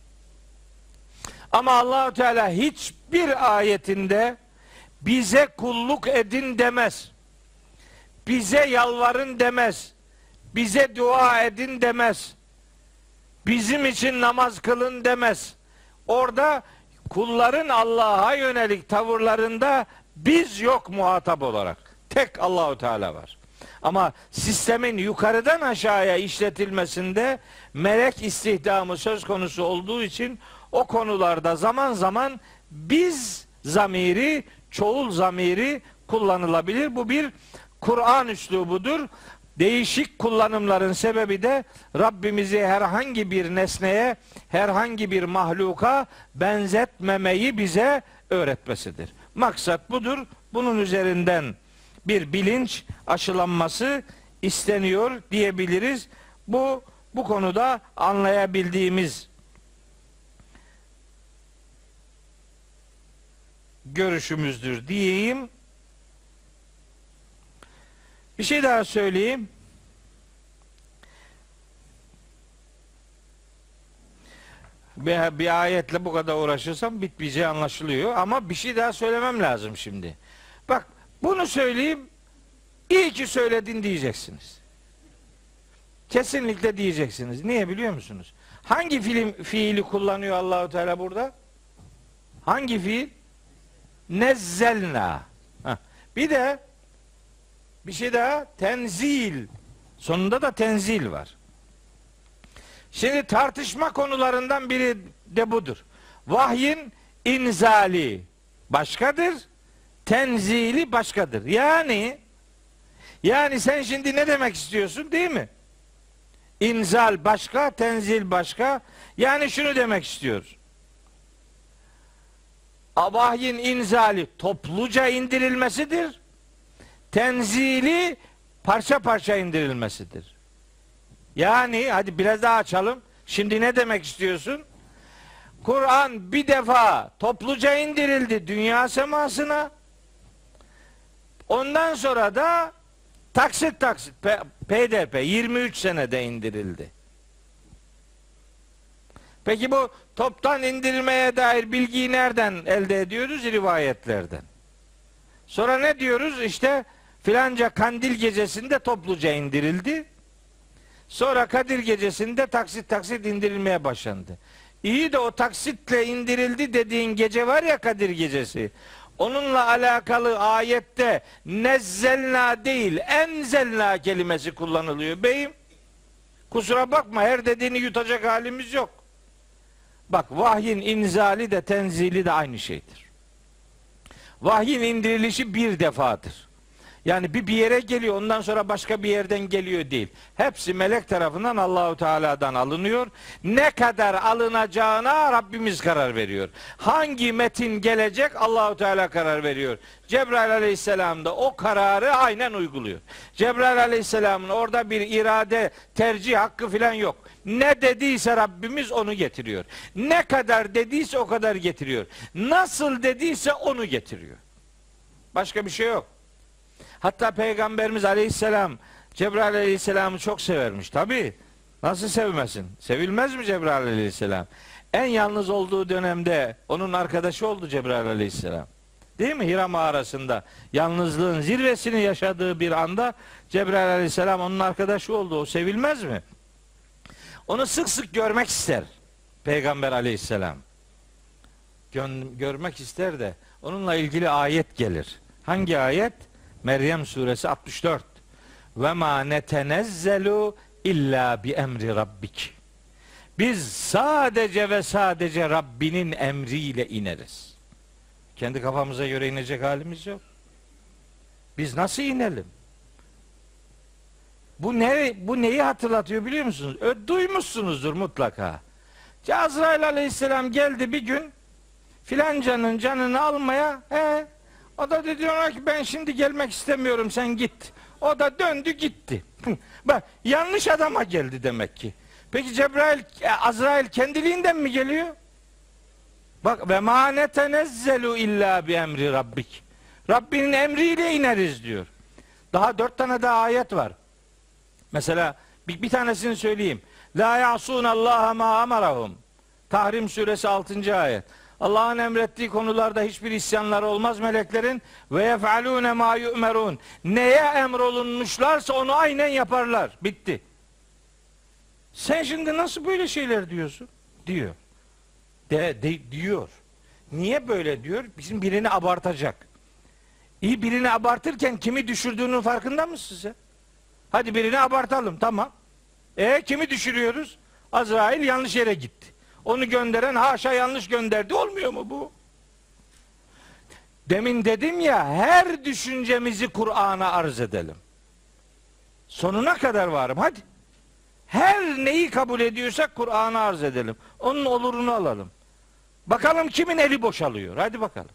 Ama Allahu Teala hiçbir ayetinde bize kulluk edin demez. Bize yalvarın demez. Bize dua edin demez. Bizim için namaz kılın demez. Orada kulların Allah'a yönelik tavırlarında biz yok muhatap olarak. Tek Allahu Teala var. Ama sistemin yukarıdan aşağıya işletilmesinde melek istihdamı söz konusu olduğu için o konularda zaman zaman biz zamiri, çoğul zamiri kullanılabilir. Bu bir Kur'an üslubudur. Değişik kullanımların sebebi de Rabbimizi herhangi bir nesneye, herhangi bir mahluka benzetmemeyi bize öğretmesidir. Maksat budur. Bunun üzerinden bir bilinç aşılanması isteniyor diyebiliriz. Bu bu konuda anlayabildiğimiz görüşümüzdür diyeyim. Bir şey daha söyleyeyim. Bir, bir ayetle bu kadar uğraşırsam bitmeyeceği anlaşılıyor. Ama bir şey daha söylemem lazım şimdi. Bak, bunu söyleyeyim, iyi ki söyledin diyeceksiniz. Kesinlikle diyeceksiniz. Niye biliyor musunuz? Hangi fiil, fiili kullanıyor Allahu Teala burada? Hangi fiil? Nezzelna. Heh. Bir de bir şey daha, tenzil. Sonunda da tenzil var. Şimdi tartışma konularından biri de budur. Vahyin inzali başkadır, tenzili başkadır. Yani yani sen şimdi ne demek istiyorsun, değil mi? İnzal başka, tenzil başka. Yani şunu demek istiyoruz. Vahyin inzali topluca indirilmesidir. Tenzili parça parça indirilmesidir. Yani hadi biraz daha açalım. Şimdi ne demek istiyorsun? Kur'an bir defa topluca indirildi dünya semasına. Ondan sonra da taksit taksit peyderpey yirmi üç senede indirildi. Peki bu toptan indirilmeye dair bilgiyi nereden elde ediyoruz? Rivayetlerden. Sonra ne diyoruz? İşte filanca kandil gecesinde topluca indirildi. Sonra Kadir gecesinde taksit taksit indirilmeye başlandı. İyi de o taksitle indirildi dediğin gece var ya, Kadir gecesi. Onunla alakalı ayette nezzelna değil, enzelna kelimesi kullanılıyor beyim. Kusura bakma, her dediğini yutacak halimiz yok. Bak, vahyin inzali de tenzili de aynı şeydir. Vahyin indirilişi bir defadır. Yani bir bir yere geliyor, ondan sonra başka bir yerden geliyor değil. Hepsi melek tarafından Allahu Teala'dan alınıyor. Ne kadar alınacağına Rabbimiz karar veriyor. Hangi metin gelecek Allahu Teala karar veriyor. Cebrail Aleyhisselam da o kararı aynen uyguluyor. Cebrail Aleyhisselam'ın orada bir irade, tercih hakkı falan yok. Ne dediyse Rabbimiz onu getiriyor. Ne kadar dediyse o kadar getiriyor. Nasıl dediyse onu getiriyor. Başka bir şey yok. Hatta Peygamberimiz Aleyhisselam Cebrail Aleyhisselam'ı çok severmiş. Tabii. Nasıl sevmesin? Sevilmez mi Cebrail Aleyhisselam? En yalnız olduğu dönemde onun arkadaşı oldu Cebrail Aleyhisselam. Değil mi? Hira mağarasında yalnızlığın zirvesini yaşadığı bir anda Cebrail Aleyhisselam onun arkadaşı oldu. O sevilmez mi? Onu sık sık görmek ister Peygamber Aleyhisselam. Gö- görmek ister de onunla ilgili ayet gelir. Hangi ayet? Meryem suresi altmış dört. Ve ma netenezzelu illa bi emri rabbik. Biz sadece ve sadece Rabbinin emriyle ineriz. Kendi kafamıza göre inecek halimiz yok. Biz nasıl inelim? Bu ne bu neyi hatırlatıyor biliyor musunuz? Ö, duymuşsunuzdur mutlaka. Azrail Aleyhisselam geldi bir gün filancanın canını almaya. He, o da dedi ona ki ben şimdi gelmek istemiyorum, sen git. O da döndü gitti. Bak, yanlış adama geldi demek ki. Peki Cebrail, Azrail kendiliğinden mi geliyor? Bak, ve ma netenezzelu illa bi emri rabbik. Rabbinin emriyle ineriz diyor. Daha dört tane daha ayet var. Mesela bir, bir tanesini söyleyeyim. La ya'sunallaha ma amarahum. Tahrim suresi altıncı ayet. Allah'ın emrettiği konularda hiçbir isyanları olmaz meleklerin. Ve yef'alûne mâ yu'merûn. Neye emrolunmuşlarsa onu aynen yaparlar. Bitti. Sen şimdi nasıl böyle şeyler diyorsun? Diyor. De, de, diyor. Niye böyle diyor? Bizim birini abartacak. İyi, birini abartırken kimi düşürdüğünün farkında mısın sen? Hadi birini abartalım, tamam. E kimi düşürüyoruz? Azrail yanlış yere gitti. Onu gönderen haşa yanlış gönderdi. Olmuyor mu bu? Demin dedim ya, her düşüncemizi Kur'an'a arz edelim. Sonuna kadar varım. Hadi. Her neyi kabul ediyorsak Kur'an'a arz edelim. Onun olurunu alalım. Bakalım kimin eli boşalıyor. Hadi bakalım.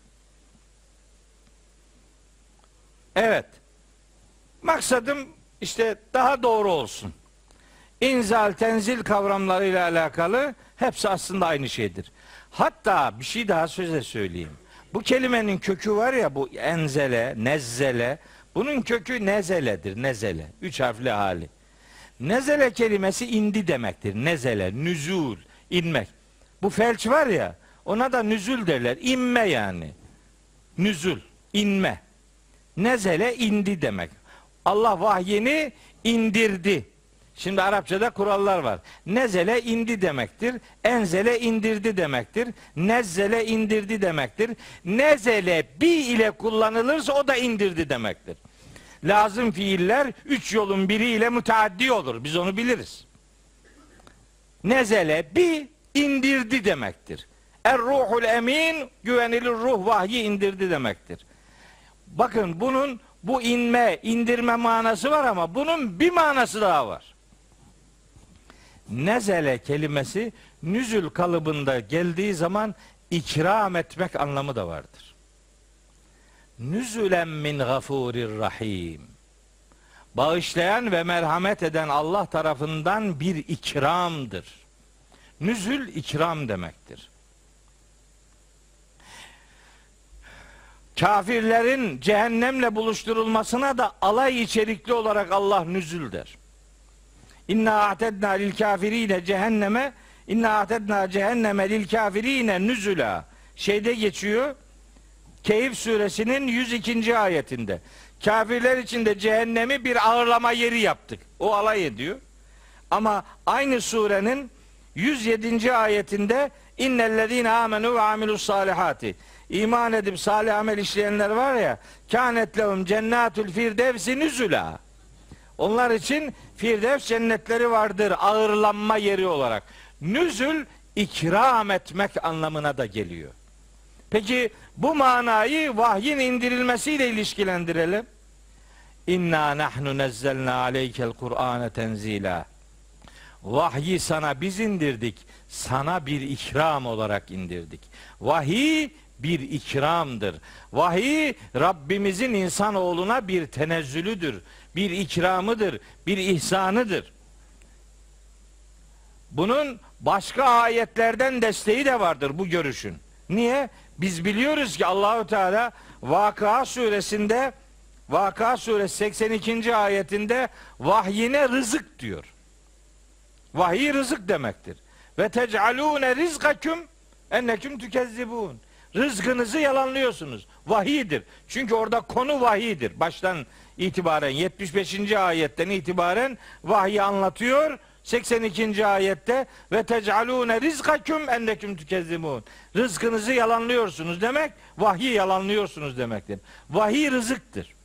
Evet. Maksadım işte daha doğru olsun. İnzal, tenzil kavramlarıyla alakalı hepsi aslında aynı şeydir. Hatta bir şey daha söze söyleyeyim. Bu kelimenin kökü var ya, bu enzele, nezzele, bunun kökü nezeledir, nezele. Üç harfli hali. Nezele kelimesi indi demektir. Nezele, nüzul, inmek. Bu felç var ya, ona da nüzul derler. İnme yani. Nüzul, inme. Nezele indi demek. Allah vahyini indirdi. Şimdi Arapçada kurallar var. Nezele indi demektir. Enzele indirdi demektir. Nezzele indirdi demektir. Nezele bi ile kullanılırsa o da indirdi demektir. Lazım fiiller üç yolun biriyle müteaddi olur. Biz onu biliriz. Nezele bi indirdi demektir. Er-ruhul emin, güvenilir ruh vahyi indirdi demektir. Bakın, bunun bu inme, indirme manası var ama bunun bir manası daha var. Nezele kelimesi nüzül kalıbında geldiği zaman ikram etmek anlamı da vardır. Nüzülen min gafurir rahim. Bağışlayan ve merhamet eden Allah tarafından bir ikramdır. Nüzül ikram demektir. Kafirlerin cehennemle buluşturulmasına da alay içerikli olarak Allah nüzül der. İnna a'tedna lil kafirine cehenneme inna a'tedna cehenneme lil kafirine nüzula. Şeyde geçiyor. Keyif suresinin yüz ikinci ayetinde. Kafirler için de cehennemi bir ağırlama yeri yaptık. O alay ediyor. Ama aynı surenin yüz yedinci ayetinde innellezine amenu ve amilus salihati. İman edip salih amel işleyenler var ya, kânet lehum cennetül firdevsi nüzula. Onlar için Firdevs cennetleri vardır ağırlanma yeri olarak. Nüzül ikram etmek anlamına da geliyor. Peki bu manayı vahyin indirilmesiyle ilişkilendirelim. İnna nahnu nezzelna aleykel Kur'ane tenzila. Vahyi sana biz indirdik. Sana bir ikram olarak indirdik. Vahiy bir ikramdır. Vahiy Rabbimizin insanoğluna bir tenezzülüdür. Bir ikramıdır. Bir ihsanıdır. Bunun başka ayetlerden desteği de vardır bu görüşün. Niye? Biz biliyoruz ki Allahu Teala Vakıa suresinde Vakıa suresi seksen ikinci ayetinde vahyine rızık diyor. Vahiy rızık demektir. Ve tec'alûne rizgaküm enneküm tükezzibûn. Rızkınızı yalanlıyorsunuz. Vahiydir. Çünkü orada konu vahiydir. Baştan itibaren yetmiş beşinci ayetten itibaren vahyi anlatıyor. seksen ikinci ayette ve tec'alûne rizgaküm enneküm tükezzibûn. Rızkınızı yalanlıyorsunuz demek, vahyi yalanlıyorsunuz demektir. Vahiy rızıktır.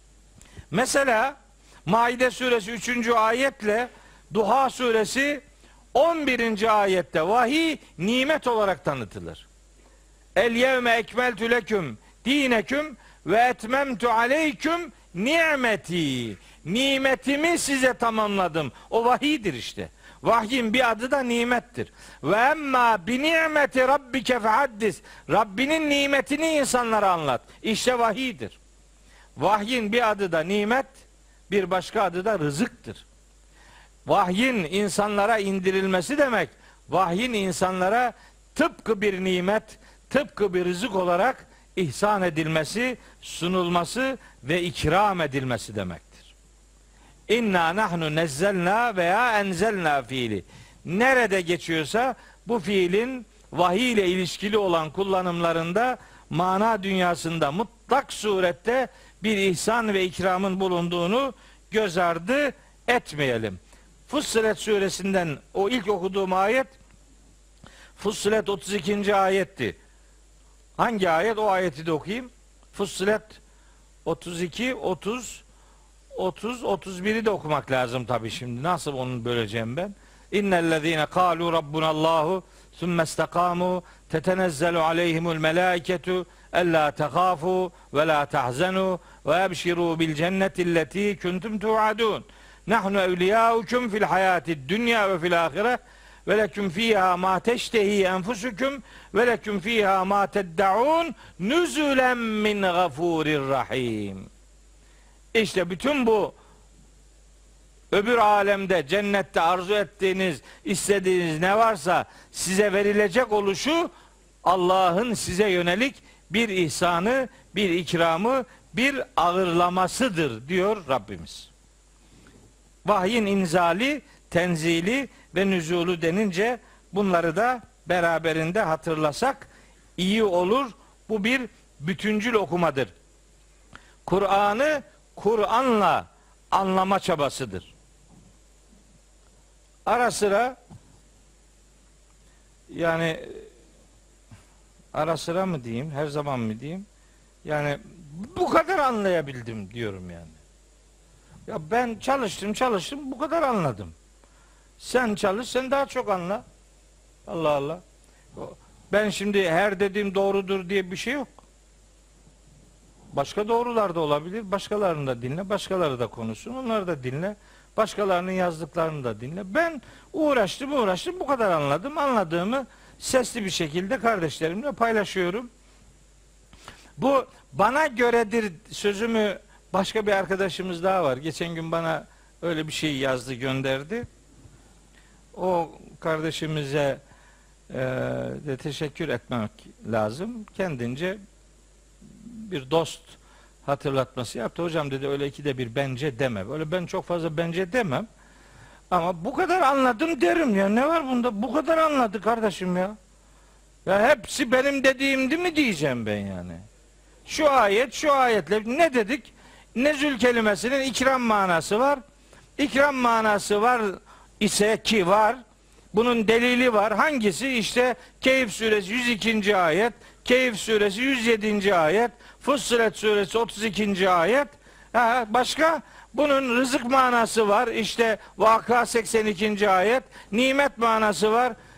Mesela Maide suresi üçüncü ayetle Duha suresi on birinci ayette vahiy nimet olarak tanıtılır. El yevme ekmeltü leküm dineküm ve etmemtu aleyküm nimeti. Nimetimi size tamamladım. O vahiydir işte. Vahyin bir adı da nimettir. Ve emma bi nimeti rabbike fehaddis. Rabbinin nimetini insanlara anlat. İşte vahiydir. Vahyin bir adı da nimet, bir başka adı da rızıktır. Vahyin insanlara indirilmesi demek, vahyin insanlara tıpkı bir nimet, tıpkı bir rızık olarak ihsan edilmesi, sunulması ve ikram edilmesi demektir. İnna nahnu nezzelna veya enzelna fiili. Nerede geçiyorsa bu fiilin vahiy ile ilişkili olan kullanımlarında mana dünyasında mutlak surette bir ihsan ve ikramın bulunduğunu göz ardı etmeyelim. Fussilet suresinden o ilk okuduğum ayet Fussilet otuz ikinci ayetti. Hangi ayet? O ayeti de okuyayım. Fussilet otuz iki, otuz, otuz, otuz biri de okumak lazım tabii şimdi. Nasıl onu böleceğim ben? İnnellezîne kâlû rabbunallâhu sümme istekâmû tetenezzelu aleyhimul melâiketu ellâ tehâfû ve lâ tahzenû ve ebşirû bil cennetilletî kuntum tu'adûn. Nahnu evliyâukum fil hayâtid dünya ve fil âhire ve leküm fîhâ mâ teştehî enfusukum ve leküm fîhâ mâ teddaûn nüzülen min gafûrir rahîm. İşte bütün bu öbür alemde, cennette arzu ettiğiniz, istediğiniz ne varsa size verilecek oluşu Allah'ın size yönelik bir ihsanı, bir ikramı, bir ağırlamasıdır diyor Rabbimiz. Vahyin inzali, tenzili ve nüzulu denince bunları da beraberinde hatırlasak iyi olur. Bu bir bütüncül okumadır. Kur'an'ı Kur'an'la anlama çabasıdır. Ara sıra yani ara sıra mı diyeyim, her zaman mı diyeyim? Yani bu kadar anlayabildim diyorum yani. Ya ben çalıştım çalıştım bu kadar anladım. Sen çalış sen daha çok anla. Allah Allah. Ben şimdi her dediğim doğrudur diye bir şey yok. Başka doğrular da olabilir. Başkalarını da dinle. Başkaları da konuşsun. Onları da dinle. Başkalarının yazdıklarını da dinle. Ben uğraştım uğraştım bu kadar anladım. Anladığımı sesli bir şekilde kardeşlerimle paylaşıyorum. Bu bana göredir sözümü başka bir arkadaşımız daha var. Geçen gün bana öyle bir şey yazdı gönderdi. O kardeşimize e, de teşekkür etmek lazım. Kendince bir dost hatırlatması yaptı. Hocam dedi öyle iki de bir bence deme. Öyle ben çok fazla bence demem. Ama bu kadar anladım derim ya. Ne var bunda? Bu kadar anladı kardeşim ya. Ya hepsi benim dediğimdi mi diyeceğim ben yani. Şu ayet, şu ayetle ne dedik? Nezül kelimesinin ikram manası var. İkram manası var ise ki var. Bunun delili var. Hangisi? İşte Kehf suresi yüz ikinci ayet, Kehf suresi yüz yedinci ayet, Fussilet suresi otuz ikinci ayet. Ha, başka? Bunun rızık manası var. İşte Vakıa seksen ikinci ayet. Nimet manası var.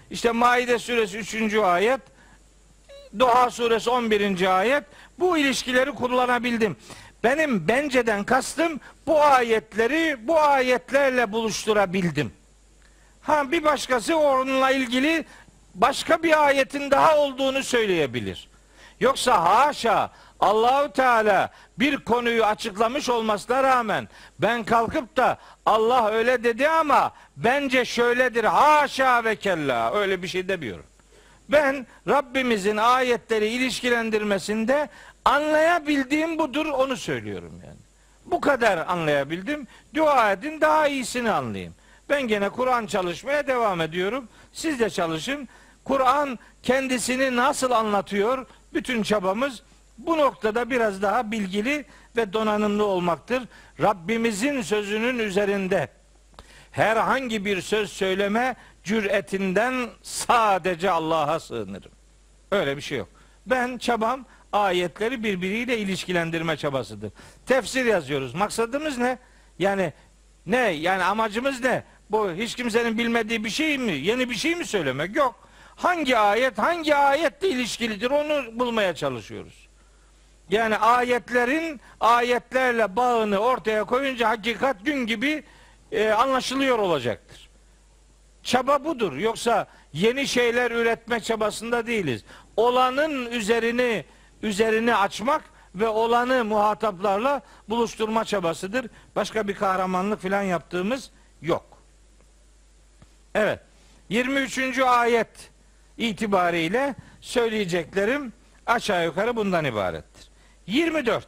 İşte Maide suresi üçüncü ayet, Duha suresi on birinci ayet, bu ilişkileri kullanabildim. Benim benceden kastım bu ayetleri bu ayetlerle buluşturabildim. Ha, bir başkası onunla ilgili başka bir ayetin daha olduğunu söyleyebilir. Yoksa haşa, Allahu Teala bir konuyu açıklamış olmasına rağmen ben kalkıp da Allah öyle dedi ama bence şöyledir, haşa ve kella, öyle bir şey demiyorum. Ben Rabbimizin ayetleri ilişkilendirmesinde anlayabildiğim budur, onu söylüyorum yani. Bu kadar anlayabildim. Dua edin, daha iyisini anlayayım. Ben gene Kur'an çalışmaya devam ediyorum. Siz de çalışın. Kur'an kendisini nasıl anlatıyor? Bütün çabamız bu noktada biraz daha bilgili ve donanımlı olmaktır. Rabbimizin sözünün üzerinde herhangi bir söz söyleme cüretinden sadece Allah'a sığınırım. Öyle bir şey yok. Ben çabam ayetleri birbiriyle ilişkilendirme çabasıdır. Tefsir yazıyoruz. Maksadımız ne? Yani ne? Yani amacımız ne? Bu hiç kimsenin bilmediği bir şey mi? Yeni bir şey mi söylemek? Yok. Hangi ayet hangi ayetle ilişkilidir onu bulmaya çalışıyoruz. Yani ayetlerin ayetlerle bağını ortaya koyunca hakikat gün gibi e, anlaşılıyor olacaktır. Çaba budur. Yoksa yeni şeyler üretme çabasında değiliz. Olanın üzerini üzerini açmak ve olanı muhataplarla buluşturma çabasıdır. Başka bir kahramanlık falan yaptığımız yok. Evet. yirmi üçüncü ayet itibariyle söyleyeceklerim aşağı yukarı bundan ibarettir. yirmi dört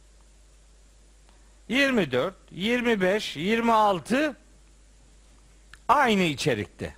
yirmi dört, yirmi beş, yirmi altı aynı içerikte.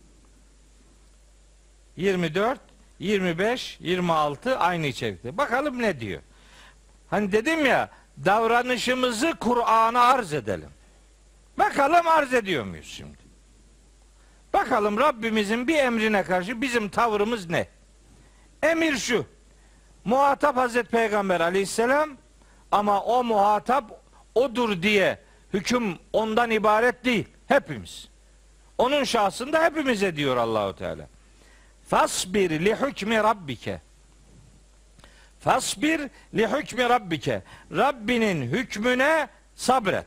yirmi dört, yirmi beş, yirmi altı aynı içerikte. Bakalım ne diyor? Hani dedim ya, davranışımızı Kur'an'a arz edelim. Bakalım arz ediyor muyuz şimdi? Bakalım Rabbimizin bir emrine karşı bizim tavrımız ne? Emir şu: muhatap Hazreti Peygamber aleyhisselam, ama o muhatap odur diye hüküm ondan ibaret değil. Hepimiz. Onun şahsında hepimize diyor Allahu Teala. Fasbir li hükmi rabbike. Fasbir li hükmi rabbike. Rabbinin hükmüne sabret.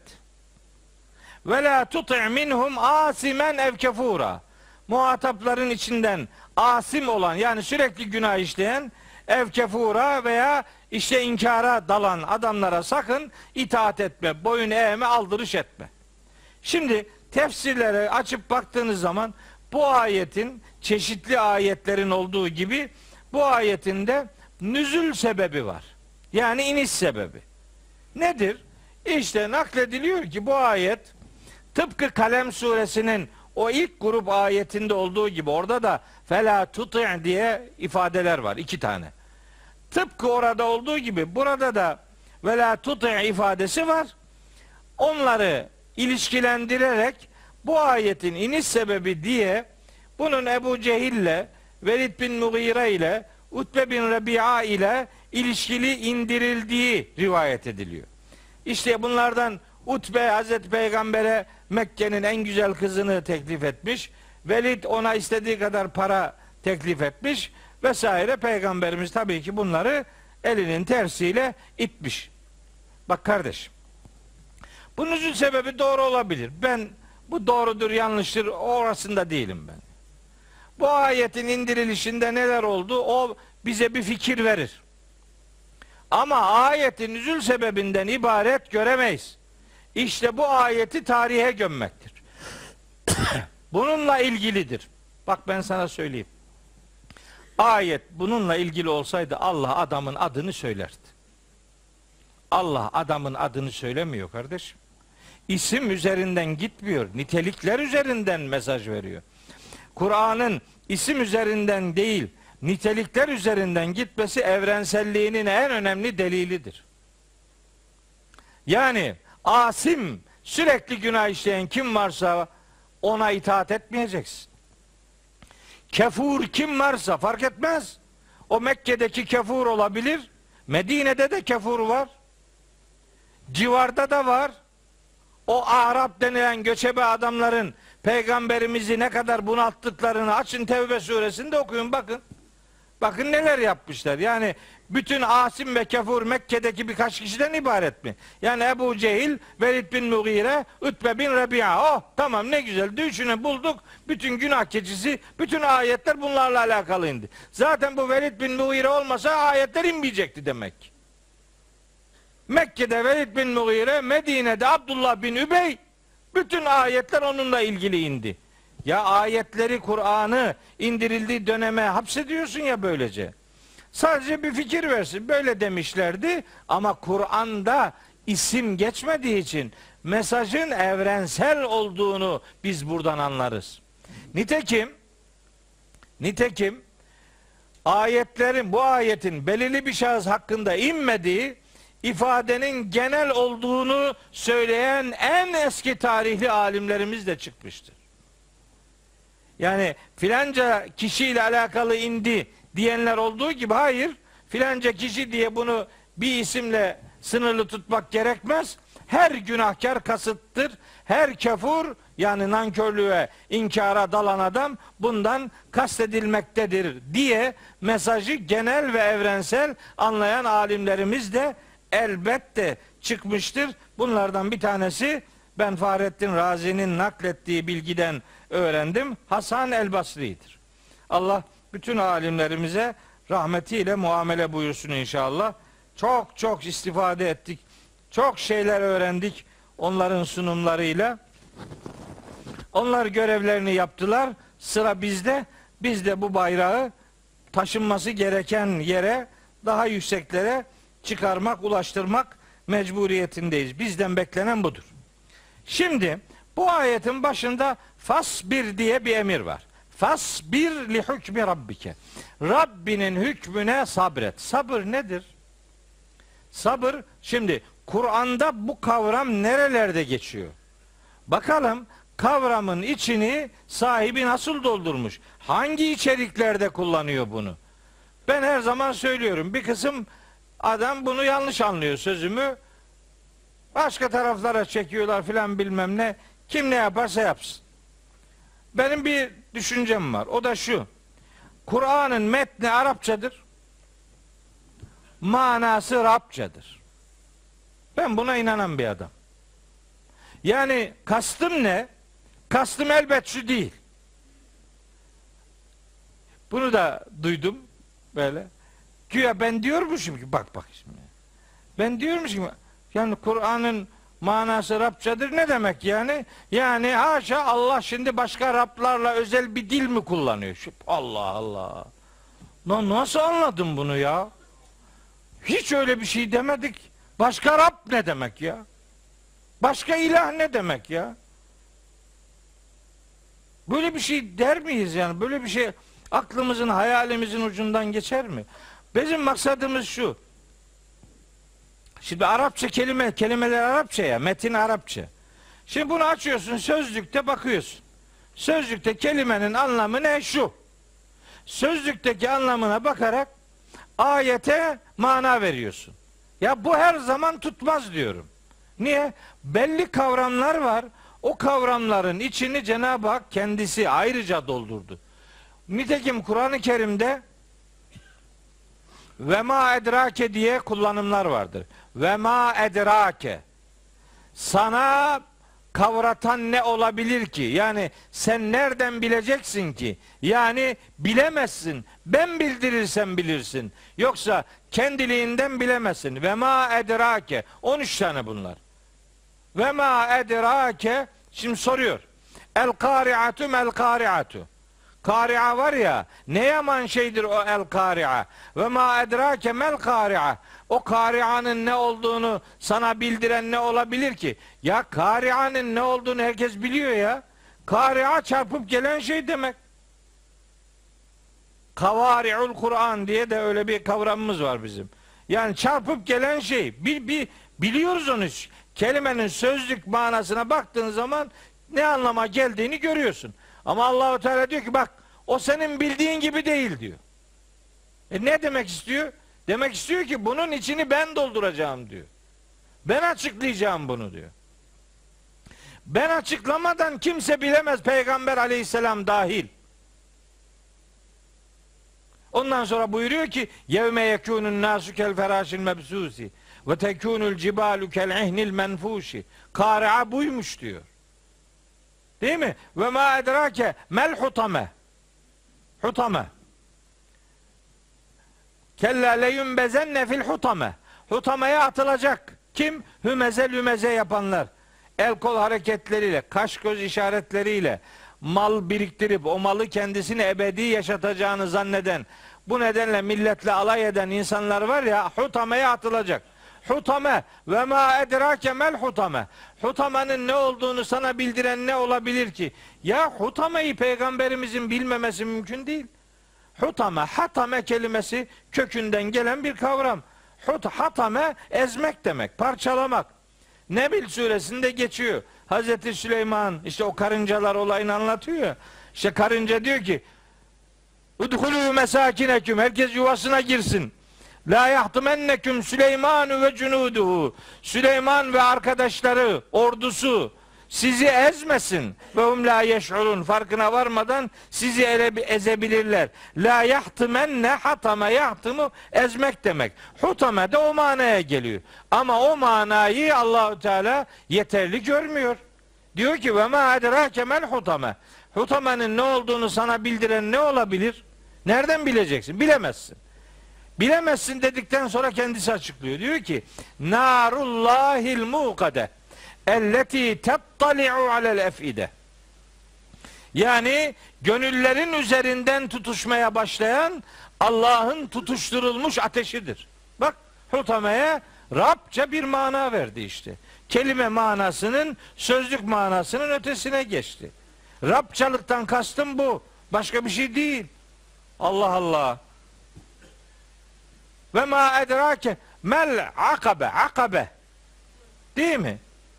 Ve la tuti' minhum asimen ev kefura. Muhatapların içinden asim olan, yani sürekli günah işleyen, ev kefura veya işte inkara dalan adamlara sakın itaat etme, boyun eğme, aldırış etme. Şimdi tefsirlere açıp baktığınız zaman bu ayetin çeşitli ayetlerin olduğu gibi bu ayetinde nüzül sebebi var. Yani iniş sebebi. Nedir? İşte naklediliyor ki bu ayet tıpkı Kalem suresinin o ilk grup ayetinde olduğu gibi, orada da fela tuti' diye ifadeler var, iki tane. Tıpkı orada olduğu gibi burada da vela tuti' ifadesi var. Onları ilişkilendirerek bu ayetin iniş sebebi diye bunun Ebu Cehil'le, Velid bin Mughire ile, Utbe bin Rabia ile ilişkili indirildiği rivayet ediliyor. İşte bunlardan Utbe Hazreti Peygamber'e Mekke'nin en güzel kızını teklif etmiş. Velid ona istediği kadar para teklif etmiş vesaire. Peygamberimiz tabii ki bunları elinin tersiyle itmiş. Bak kardeşim, bu nüzul sebebi doğru olabilir. Ben bu doğrudur yanlıştır orasında değilim ben. Bu ayetin indirilişinde neler oldu o bize bir fikir verir. Ama ayetin nüzul sebebinden ibaret göremeyiz. İşte bu ayeti tarihe gömmektir. Bununla ilgilidir. Bak ben sana söyleyeyim. Ayet bununla ilgili olsaydı Allah adamın adını söylerdi. Allah adamın adını söylemiyor kardeşim. İsim üzerinden gitmiyor. Nitelikler üzerinden mesaj veriyor. Kur'an'ın isim üzerinden değil, nitelikler üzerinden gitmesi evrenselliğinin en önemli delilidir. Yani asim, sürekli günah işleyen kim varsa ona itaat etmeyeceksin. Kefur kim varsa fark etmez. O Mekke'deki kefur olabilir. Medine'de de kefur var. Civarda da var. O Arap denilen göçebe adamların Peygamberimizi ne kadar bunalttıklarını açın Tevbe suresinde okuyun bakın. Bakın neler yapmışlar. Yani bütün Asim ve Kefur Mekke'deki birkaç kişiden ibaret mi? Yani Ebu Cehil, Velid bin Mughire, Ütbe bin Rabia. Oh tamam ne güzel. Düşünü bulduk. Bütün günah keçisi, bütün ayetler bunlarla alakalıydı. Zaten bu Velid bin Mughire olmasa ayetler inmeyecekti demek. Mekke'de Velid bin Mughire, Medine'de Abdullah bin Übey, bütün ayetler onunla ilgili indi. Ya ayetleri, Kur'an'ı indirildiği döneme hapsediyorsun ya böylece. Sadece bir fikir versin. Böyle demişlerdi ama Kur'an'da isim geçmediği için mesajın evrensel olduğunu biz buradan anlarız. Nitekim nitekim ayetlerin, bu ayetin belirli bir şahıs hakkında inmediği ifadenin genel olduğunu söyleyen en eski tarihli alimlerimiz de çıkmıştır. Yani filanca kişiyle alakalı indi diyenler olduğu gibi hayır, filanca kişi diye bunu bir isimle sınırlı tutmak gerekmez. Her günahkar kasıttır. Her kafur yani nankörlüğe, inkara dalan adam bundan kastedilmektedir diye mesajı genel ve evrensel anlayan alimlerimiz de elbette çıkmıştır. Bunlardan bir tanesi ben Fahrettin Razi'nin naklettiği bilgiden öğrendim. Hasan el-Basri'dir. Allah bütün alimlerimize rahmetiyle muamele buyursun inşallah. Çok çok istifade ettik. Çok şeyler öğrendik onların sunumlarıyla. Onlar görevlerini yaptılar. Sıra bizde. Biz de bu bayrağı taşınması gereken yere, daha yükseklere çıkarmak, ulaştırmak mecburiyetindeyiz. Bizden beklenen budur. Şimdi bu ayetin başında fasbir diye bir emir var. Fasbir li hükmi rabbike. Rabbinin hükmüne sabret. Sabır nedir? Sabır, şimdi Kur'an'da bu kavram nerelerde geçiyor? Bakalım kavramın içini sahibi nasıl doldurmuş? Hangi içeriklerde kullanıyor bunu? Ben her zaman söylüyorum. Bir kısım adam bunu yanlış anlıyor sözümü. Başka taraflara çekiyorlar filan bilmem ne. Kim ne yaparsa yapsın. Benim bir düşüncem var. O da şu. Kur'an'ın metni Arapçadır. Manası Rabçadır. Ben buna inanan bir adam. Yani kastım ne? Kastım elbet şu değil. Bunu da duydum böyle. Güya ben diyormuşum ki bak bak şimdi. Ben diyormuşum ki yani Kur'an'ın manası Rabçadır ne demek yani? Yani haşa Allah şimdi başka Rablarla özel bir dil mi kullanıyor? Şu, Allah Allah. Lan nasıl anladın bunu ya? Hiç öyle bir şey demedik. Başka Rab ne demek ya? Başka ilah ne demek ya? Böyle bir şey der miyiz yani? Böyle bir şey aklımızın, hayalimizin ucundan geçer mi? Bizim maksadımız şu. Şimdi Arapça kelime, kelimeler Arapça ya, metin Arapça. Şimdi bunu açıyorsun, sözlükte bakıyorsun. Sözlükte kelimenin anlamı ne? Şu. Sözlükteki anlamına bakarak ayete mana veriyorsun. Ya bu her zaman tutmaz diyorum. Niye? Belli kavramlar var. O kavramların içini Cenab-ı Hak kendisi ayrıca doldurdu. Nitekim Kur'an-ı Kerim'de ve ma edrake diye kullanımlar vardır. Ve ma edrake. Sana kavratan ne olabilir ki? Yani sen nereden bileceksin ki? Yani bilemezsin. Ben bildirirsem bilirsin. Yoksa kendiliğinden bilemezsin. Ve ma edrake. on üç tane bunlar. Ve ma edrake. Şimdi soruyor. El kari'atu mel kari'atu. Kari'a var ya, ne yaman şeydir o el kari'a. Ve ma edrake mel kari'a. O kari'anın ne olduğunu sana bildiren ne olabilir ki? Ya kari'anın ne olduğunu herkes biliyor ya. Kari'a çarpıp gelen şey demek. Kavari'ul Kur'an diye de öyle bir kavramımız var bizim. Yani çarpıp gelen şey. Bir, bir, biliyoruz onu. Kelimenin sözlük manasına baktığın zaman ne anlama geldiğini görüyorsun. Ama Allah-u Teala diyor ki bak o senin bildiğin gibi değil diyor. E ne demek istiyor? Demek istiyor ki bunun içini ben dolduracağım diyor. Ben açıklayacağım bunu diyor. Ben açıklamadan kimse bilemez, Peygamber aleyhisselam dahil. Ondan sonra buyuruyor ki yevme yekûnun nâsü kel ferâşil mebsûsi ve tekûnul cibâlu kel ihnil menfûşi. Kâri'a buymuş diyor. Değil mi? Ve mâ edrake mel hutame. Hutame. Kella leyunbezenne fil hutame. Hutamaya atılacak. Kim? Hümeze lümeze yapanlar. El kol hareketleriyle, kaş göz işaretleriyle mal biriktirip o malı kendisini ebedi yaşatacağını zanneden, bu nedenle milletle alay eden insanlar var ya, hutamaya atılacak. Hutame ve ma edrake mel hutame. Hutamanın ne olduğunu sana bildiren ne olabilir ki? Ya hutameyi peygamberimizin bilmemesi mümkün değil. Hutame, hatame kelimesi kökünden gelen bir kavram. Hut, hatame ezmek demek, parçalamak. Nebil suresinde geçiyor. Hazreti Süleyman işte o karıncalar olayını anlatıyor ya. İşte karınca diyor ki udhulû mesâkineküm, herkes yuvasına girsin. La yahtumenneküm Süleyman ve cunuduhu. Süleyman ve arkadaşları, ordusu sizi ezmesin. Ve hum la yeş'urun, farkına varmadan sizi ele, ezebilirler. La yahtumenne, hatame yahtumu ezmek demek. Hutame de o manaya geliyor. Ama o manayı Allahu Teala yeterli görmüyor. Diyor ki ve ma edrake mel hutame. Hutamenin ne olduğunu sana bildiren ne olabilir? Nereden bileceksin? Bilemezsin. Bilemezsin dedikten sonra kendisi açıklıyor. Diyor ki narullahil muqade elleti tettali'u alel efide. Yani gönüllerin üzerinden tutuşmaya başlayan Allah'ın tutuşturulmuş ateşidir. Bak, hutameye Rabça bir mana verdi işte. Kelime manasının, sözlük manasının ötesine geçti. Rabçalıktan kastım bu. Başka bir şey değil. Allah Allah. Ve ma edrake mel akabe. Akabe. Değil mi?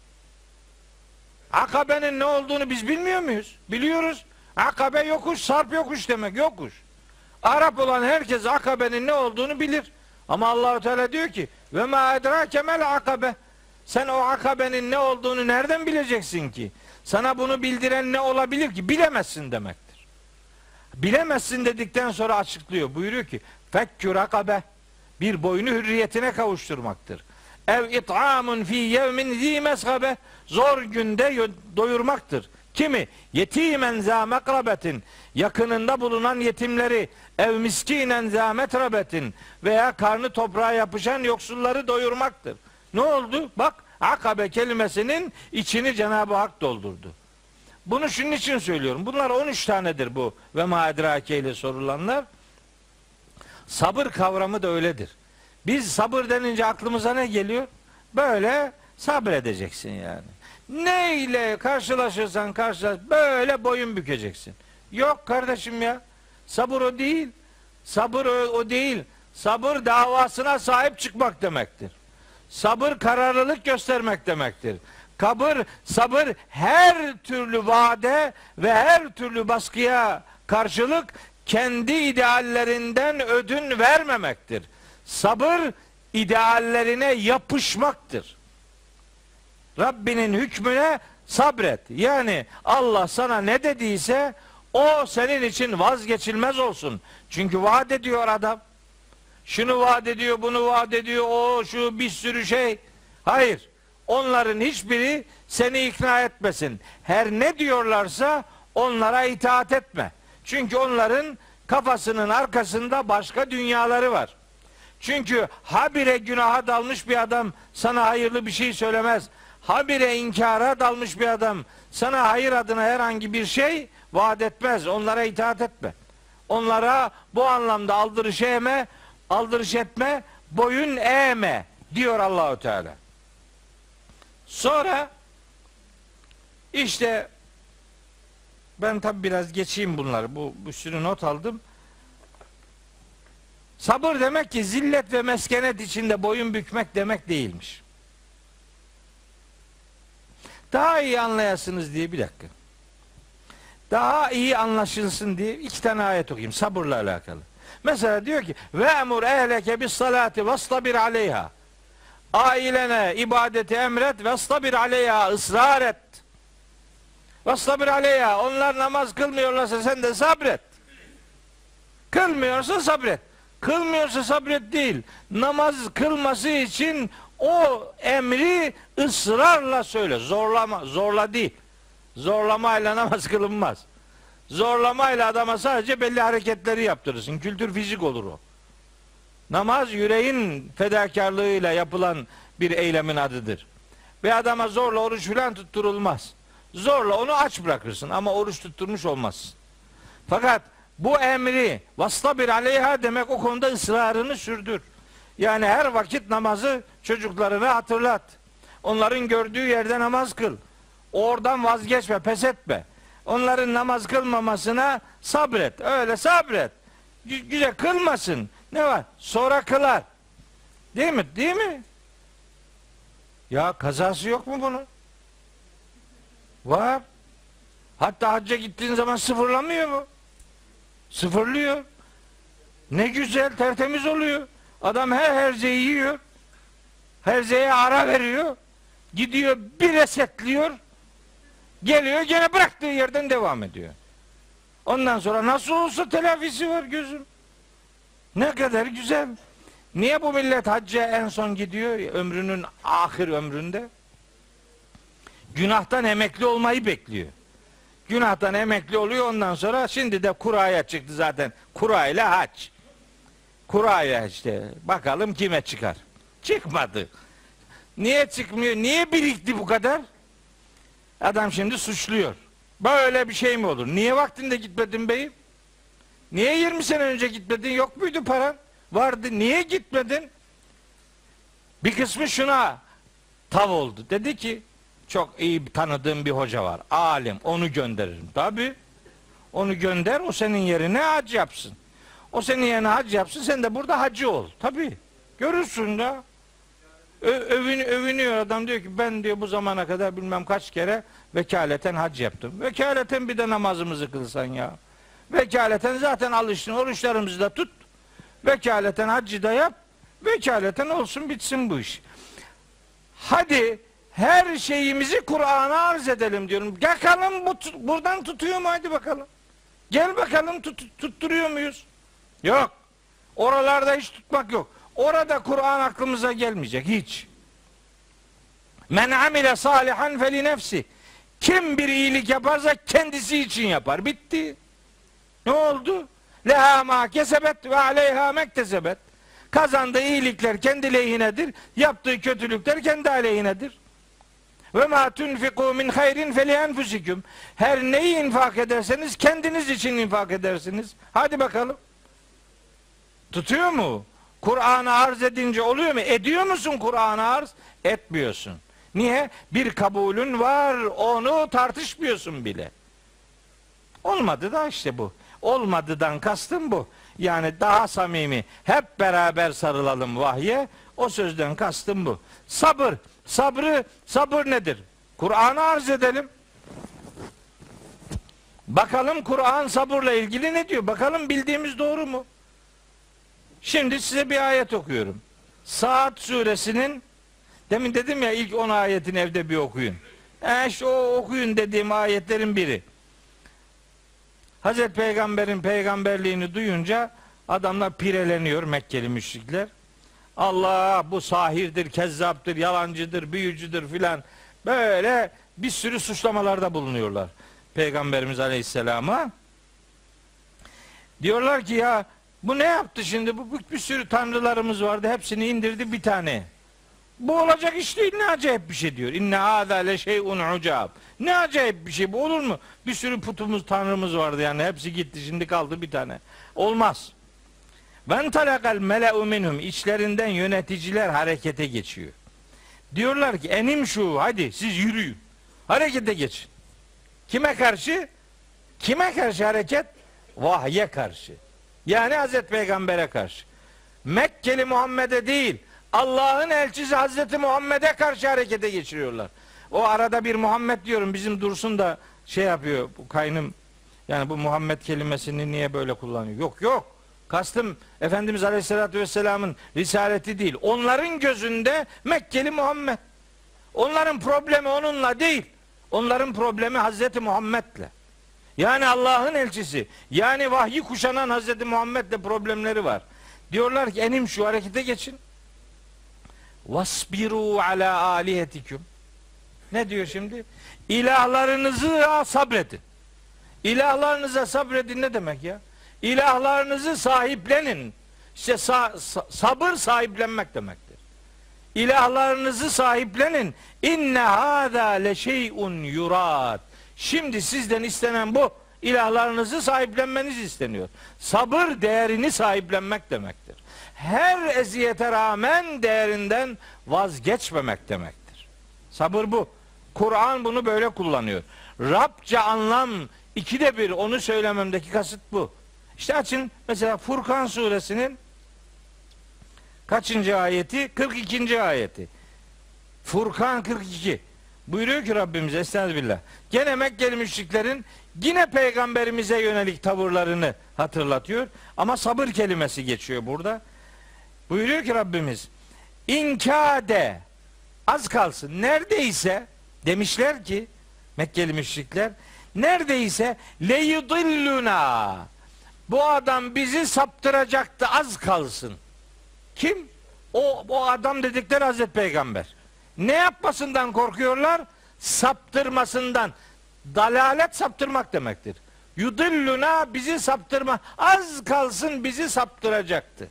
Akabenin ne olduğunu biz bilmiyor muyuz? Biliyoruz. Akabe yokuş, sarp yokuş demek, yokuş. Arap olan herkes akabenin ne olduğunu bilir. Ama Allahu Teala diyor ki ve ma edrake mel akabe. Sen o akabenin ne olduğunu nereden bileceksin ki? Sana bunu bildiren ne olabilir ki? Bilemezsin demektir. Bilemezsin dedikten sonra açıklıyor. Buyuruyor ki fekkü rakabe, bir boynu hürriyetine kavuşturmaktır. Ev it'amun fi yevmin zi mesgabe, zor günde doyurmaktır. Kimi? Yetimen za mekrabetin, yakınında bulunan yetimleri, ev miskinen za metrabetin, veya karnı toprağa yapışan yoksulları doyurmaktır. Ne oldu? Bak, akabe kelimesinin içini Cenab-ı Hak doldurdu. Bunu şunun için söylüyorum. Bunlar on üç tanedir bu ve ma edrake ile sorulanlar. Sabır kavramı da öyledir. Biz sabır denince aklımıza ne geliyor? Böyle sabredeceksin yani. Ne ile karşılaşırsan karşılaş, böyle boyun bükeceksin. Yok kardeşim ya. Sabır o değil. Sabır o, o değil. Sabır davasına sahip çıkmak demektir. Sabır kararlılık göstermek demektir. Sabır, sabır her türlü vaade ve her türlü baskıya karşılık kendi ideallerinden ödün vermemektir. Sabır ideallerine yapışmaktır. Rabbinin hükmüne sabret. Yani Allah sana ne dediyse o senin için vazgeçilmez olsun. Çünkü vaat ediyor adam. Şunu vaat ediyor, bunu vaat ediyor, o şu bir sürü şey. Hayır. Onların hiçbiri seni ikna etmesin. Her ne diyorlarsa onlara itaat etme. Çünkü onların kafasının arkasında başka dünyaları var. Çünkü habire günaha dalmış bir adam sana hayırlı bir şey söylemez. Habire inkara dalmış bir adam sana hayır adına herhangi bir şey vaat etmez. Onlara itaat etme. Onlara bu anlamda aldırış eğme, aldırış etme, boyun eğme diyor Allahu Teala. Sonra işte ben tabi biraz geçeyim bunları. Bu bir sürü not aldım. Sabır demek ki zillet ve meskenet içinde boyun bükmek demek değilmiş. Daha iyi anlayasınız diye bir dakika. Daha iyi anlaşılsın diye iki tane ayet okuyayım sabırla alakalı. Mesela diyor ki ve emur ehleke bis salati vastabir aleyha. Ailene ibadeti emret ve sabir aleyha, ısrar et. Vastabir aleyha. Onlar namaz kılmıyorlarsa sen de sabret. Kılmıyorsa sabret. Kılmıyorsa sabret değil. Namaz kılması için o emri ısrarla söyle. Zorlama, zorla değil. Zorlamayla namaz kılınmaz. Zorlamayla adama sadece belli hareketleri yaptırırsın. Kültür fizik olur o. Namaz yüreğin fedakarlığıyla yapılan bir eylemin adıdır. Ve adama zorla oruç filan tutturulmaz. Zorla onu aç bırakırsın ama oruç tutturmuş olmaz. Fakat bu emri vastabir aleyha demek o konuda ısrarını sürdür. Yani her vakit namazı çocuklarına hatırlat. Onların gördüğü yerde namaz kıl. Oradan vazgeçme, pes etme. Onların namaz kılmamasına sabret. Öyle sabret. Güzel kılmasın. Ne var? Sonra kılar. Değil mi? Değil mi? Ya kazası yok mu bunun? Var. Hatta hacca gittiğin zaman sıfırlamıyor mu? Sıfırlıyor. Ne güzel, tertemiz oluyor. Adam her herzeyi yiyor. Herzeye ara veriyor. Gidiyor bir resetliyor. Geliyor gene bıraktığı yerden devam ediyor. Ondan sonra nasıl olsa telafisi var gözüm. Ne kadar güzel. Niye bu millet hacca en son gidiyor ömrünün ahir ömründe? Günahtan emekli olmayı bekliyor. Günahtan emekli oluyor ondan sonra şimdi de kuraya çıktı zaten. Kura ile hac. Kuraya işte bakalım kime çıkar. Çıkmadı. Niye çıkmıyor? Niye birikti bu kadar? Adam şimdi suçluyor. Böyle bir şey mi olur? Niye vaktinde gitmedin beyim? Niye yirmi sene önce gitmedin? Yok muydu paran? Vardı. Niye gitmedin? Bir kısmı şuna tav oldu. Dedi ki çok iyi tanıdığım bir hoca var. Alim. Onu gönderirim. Tabii. Onu gönder. O senin yerine hac yapsın. O senin yerine hac yapsın. Sen de burada hacı ol. Tabii. Görürsün de. Övün, övünüyor adam diyor ki ben diyor bu zamana kadar bilmem kaç kere vekaleten hac yaptım. Vekaleten bir de namazımızı kılsan ya. Vekaleten zaten alıştın. Oruçlarımızı da tut. Vekaleten haccı da yap. Vekaleten olsun bitsin bu iş. Hadi her şeyimizi Kur'an'a arz edelim diyorum. Bakalım bu, buradan tutuyor mu? Hadi bakalım. Gel bakalım tut, tutturuyor muyuz? Yok. Oralarda hiç tutmak yok. Orada Kur'an aklımıza gelmeyecek hiç. Men amile salihan feli nefsi. Kim bir iyilik yaparsa kendisi için yapar. Bitti. Ne oldu? Leha ma kesebet ve aleyha mektesebet. Kazandığı iyilikler kendi lehinedir. Yaptığı kötülükler kendi aleyhinedir. Ve ma tunfiku min hayrin feli enfusikum. Her neyi infak ederseniz kendiniz için infak edersiniz. Hadi bakalım. Tutuyor mu? Kur'an'ı arz edince oluyor mu? Ediyor musun Kur'an'ı arz? Etmiyorsun. Niye? Bir kabulün var, onu tartışmıyorsun bile. Olmadı da işte bu. Olmadıdan kastım bu. Yani daha samimi, hep beraber sarılalım vahye. O sözden kastım bu. Sabır. Sabrı, sabır nedir? Kur'an'ı arz edelim. Bakalım Kur'an sabırla ilgili ne diyor? Bakalım bildiğimiz doğru mu? Şimdi size bir ayet okuyorum. Saat suresinin demin dedim ya ilk on ayetini evde bir okuyun. E işte o okuyun dediğim ayetlerin biri. Hazreti Peygamber'in peygamberliğini duyunca adamlar pireleniyor Mekkeli müşrikler. Allah bu sahirdir, kezzaptır, yalancıdır, büyücüdür filan. Böyle bir sürü suçlamalarda bulunuyorlar Peygamberimiz Aleyhisselam'a. Diyorlar ki ya bu ne yaptı şimdi? Bu bir sürü tanrılarımız vardı. Hepsini indirdi bir tane. Bu olacak iş değil. Ne acayip bir şey diyor. İnne hâzâ le şey'un ucab. Ne acayip bir şey bu, olur mu? Bir sürü putumuz, tanrımız vardı yani. Hepsi gitti. Şimdi kaldı bir tane. Olmaz. Ven talakal mele'u minhum. İçlerinden yöneticiler harekete geçiyor. Diyorlar ki enim şu, hadi siz yürüyün. Harekete geçin. Kime karşı? Kime karşı hareket? Vahye karşı. Yani Hazreti Peygamber'e karşı. Mekkeli Muhammed'e değil, Allah'ın elçisi Hazreti Muhammed'e karşı harekete geçiriyorlar. O arada bir Muhammed diyorum, bizim Dursun da şey yapıyor, bu kaynım, yani bu Muhammed kelimesini niye böyle kullanıyor? Yok yok. Kastım Efendimiz Aleyhisselatü Vesselam'ın risaleti değil. Onların gözünde Mekkeli Muhammed. Onların problemi onunla değil. Onların problemi Hazreti Muhammed'le. Yani Allah'ın elçisi, yani vahyi kuşanan Hazreti Muhammed'le problemleri var. Diyorlar ki enim şu harekete geçin. Vasbiru ala alihetiküm. Ne diyor şimdi? İlahlarınızı sabredin. İlahlarınıza sabredin ne demek ya? İlahlarınızı sahiplenin. İşte sa- sa- sabır sahiplenmek demektir. İlahlarınızı sahiplenin. İnne hâzâ leşey'un yurad. Şimdi sizden istenen bu. İlahlarınızı sahiplenmeniz isteniyor. Sabır değerini sahiplenmek demektir. Her eziyete rağmen değerinden vazgeçmemek demektir. Sabır bu. Kur'an bunu böyle kullanıyor. Rabça anlam ikide bir onu söylememdeki kasıt bu. İşte açın mesela Furkan suresinin kaçıncı ayeti? kırk ikinci ayeti. Furkan kırk iki. Buyuruyor ki Rabbimiz estağfirullah. Gene Mekkeli müşriklerin yine peygamberimize yönelik tavırlarını hatırlatıyor. Ama sabır kelimesi geçiyor burada. Buyuruyor ki Rabbimiz İnkade az kalsın neredeyse demişler ki Mekkeli müşrikler neredeyse leyudilluna bu adam bizi saptıracaktı az kalsın. Kim? O, o adam dedikleri Hazreti Peygamber. Ne yapmasından korkuyorlar? Saptırmasından. Dalalet saptırmak demektir. Yudilluna bizi saptırma. Az kalsın bizi saptıracaktı.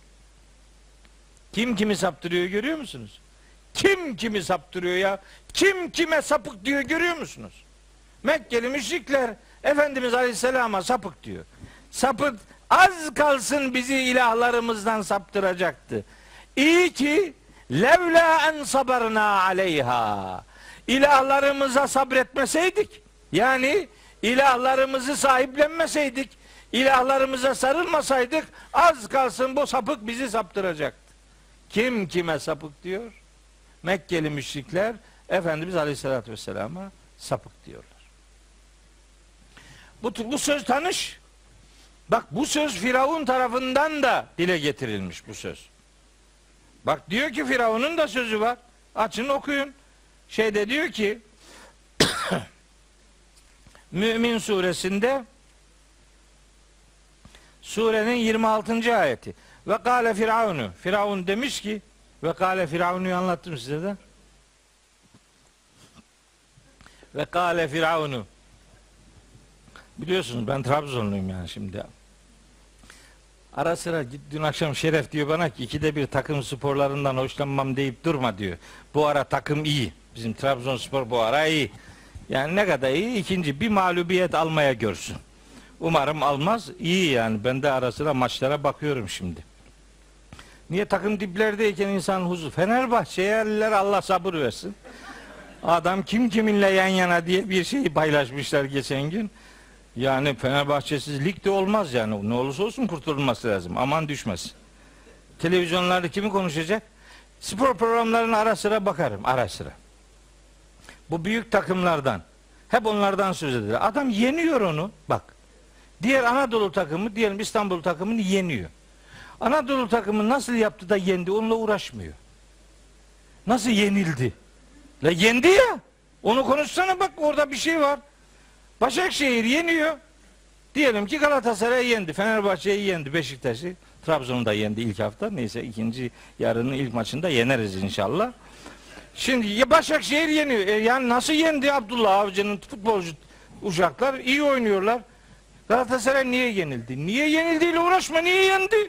Kim kimi saptırıyor görüyor musunuz? Kim kimi saptırıyor ya? Kim kime sapık diyor görüyor musunuz? Mekkeli müşrikler Efendimiz Aleyhisselam'a sapık diyor. Sapık az kalsın bizi ilahlarımızdan saptıracaktı. İyi ki levla en sabarna aleyha. İlahlarımıza sabretmeseydik, yani ilahlarımızı sahiplenmeseydik, ilahlarımıza sarılmasaydık az kalsın bu sapık bizi saptıracaktı. Kim kime sapık diyor? Mekkeli müşrikler Efendimiz Aleyhisselatü Vesselam'a sapık diyorlar. Bu, bu söz tanış. Bak bu söz Firavun tarafından da dile getirilmiş bu söz. Bak diyor ki Firavun'un da sözü var. Açın okuyun. Şeyde diyor ki Mümin suresinde surenin yirmi altıncı ayeti. Ve kâle firavunu. Firavun demiş ki ve kâle Firavun'u anlattım size de. Ve kâle firavunu. Biliyorsunuz ben Trabzonluyum yani şimdi. Ara sıra dün akşam Şeref diyor bana ki ikide bir takım sporlarından hoşlanmam deyip durma diyor. Bu ara takım iyi. Bizim Trabzonspor bu ara iyi. Yani ne kadar iyi? İkinci bir mağlubiyet almaya görsün. Umarım almaz. İyi yani. Ben de ara sıra maçlara bakıyorum şimdi. Niye takım diplerdeyken insan huzur? Fenerbahçeliler Allah sabır versin. Adam kim kiminle yan yana diye bir şeyi paylaşmışlar geçen gün. Yani Fenerbahçesiz ligde olmaz yani. Ne olursa olsun kurtulması lazım. Aman düşmesin. Televizyonlarda kimi konuşacak? Spor programlarına ara sıra bakarım. Ara sıra. Bu büyük takımlardan. Hep onlardan söz edilir. Adam yeniyor onu. Bak. Diğer Anadolu takımı, diyelim İstanbul takımını yeniyor. Anadolu takımı nasıl yaptı da yendi? Onunla uğraşmıyor. Nasıl yenildi? La yendi ya. Onu konuşsana bak orada bir şey var. Başakşehir yeniyor. Diyelim ki Galatasaray yendi. Fenerbahçe'yi yendi. Beşiktaş'ı. Trabzon'u da yendi ilk hafta. Neyse ikinci yarının ilk maçında yeneriz inşallah. Şimdi ya Başakşehir yeniyor. E yani nasıl yendi Abdullah Avcı'nın futbolcu uşaklar? İyi oynuyorlar. Galatasaray niye yenildi? Niye yenildiğiyle uğraşma. Niye yendi?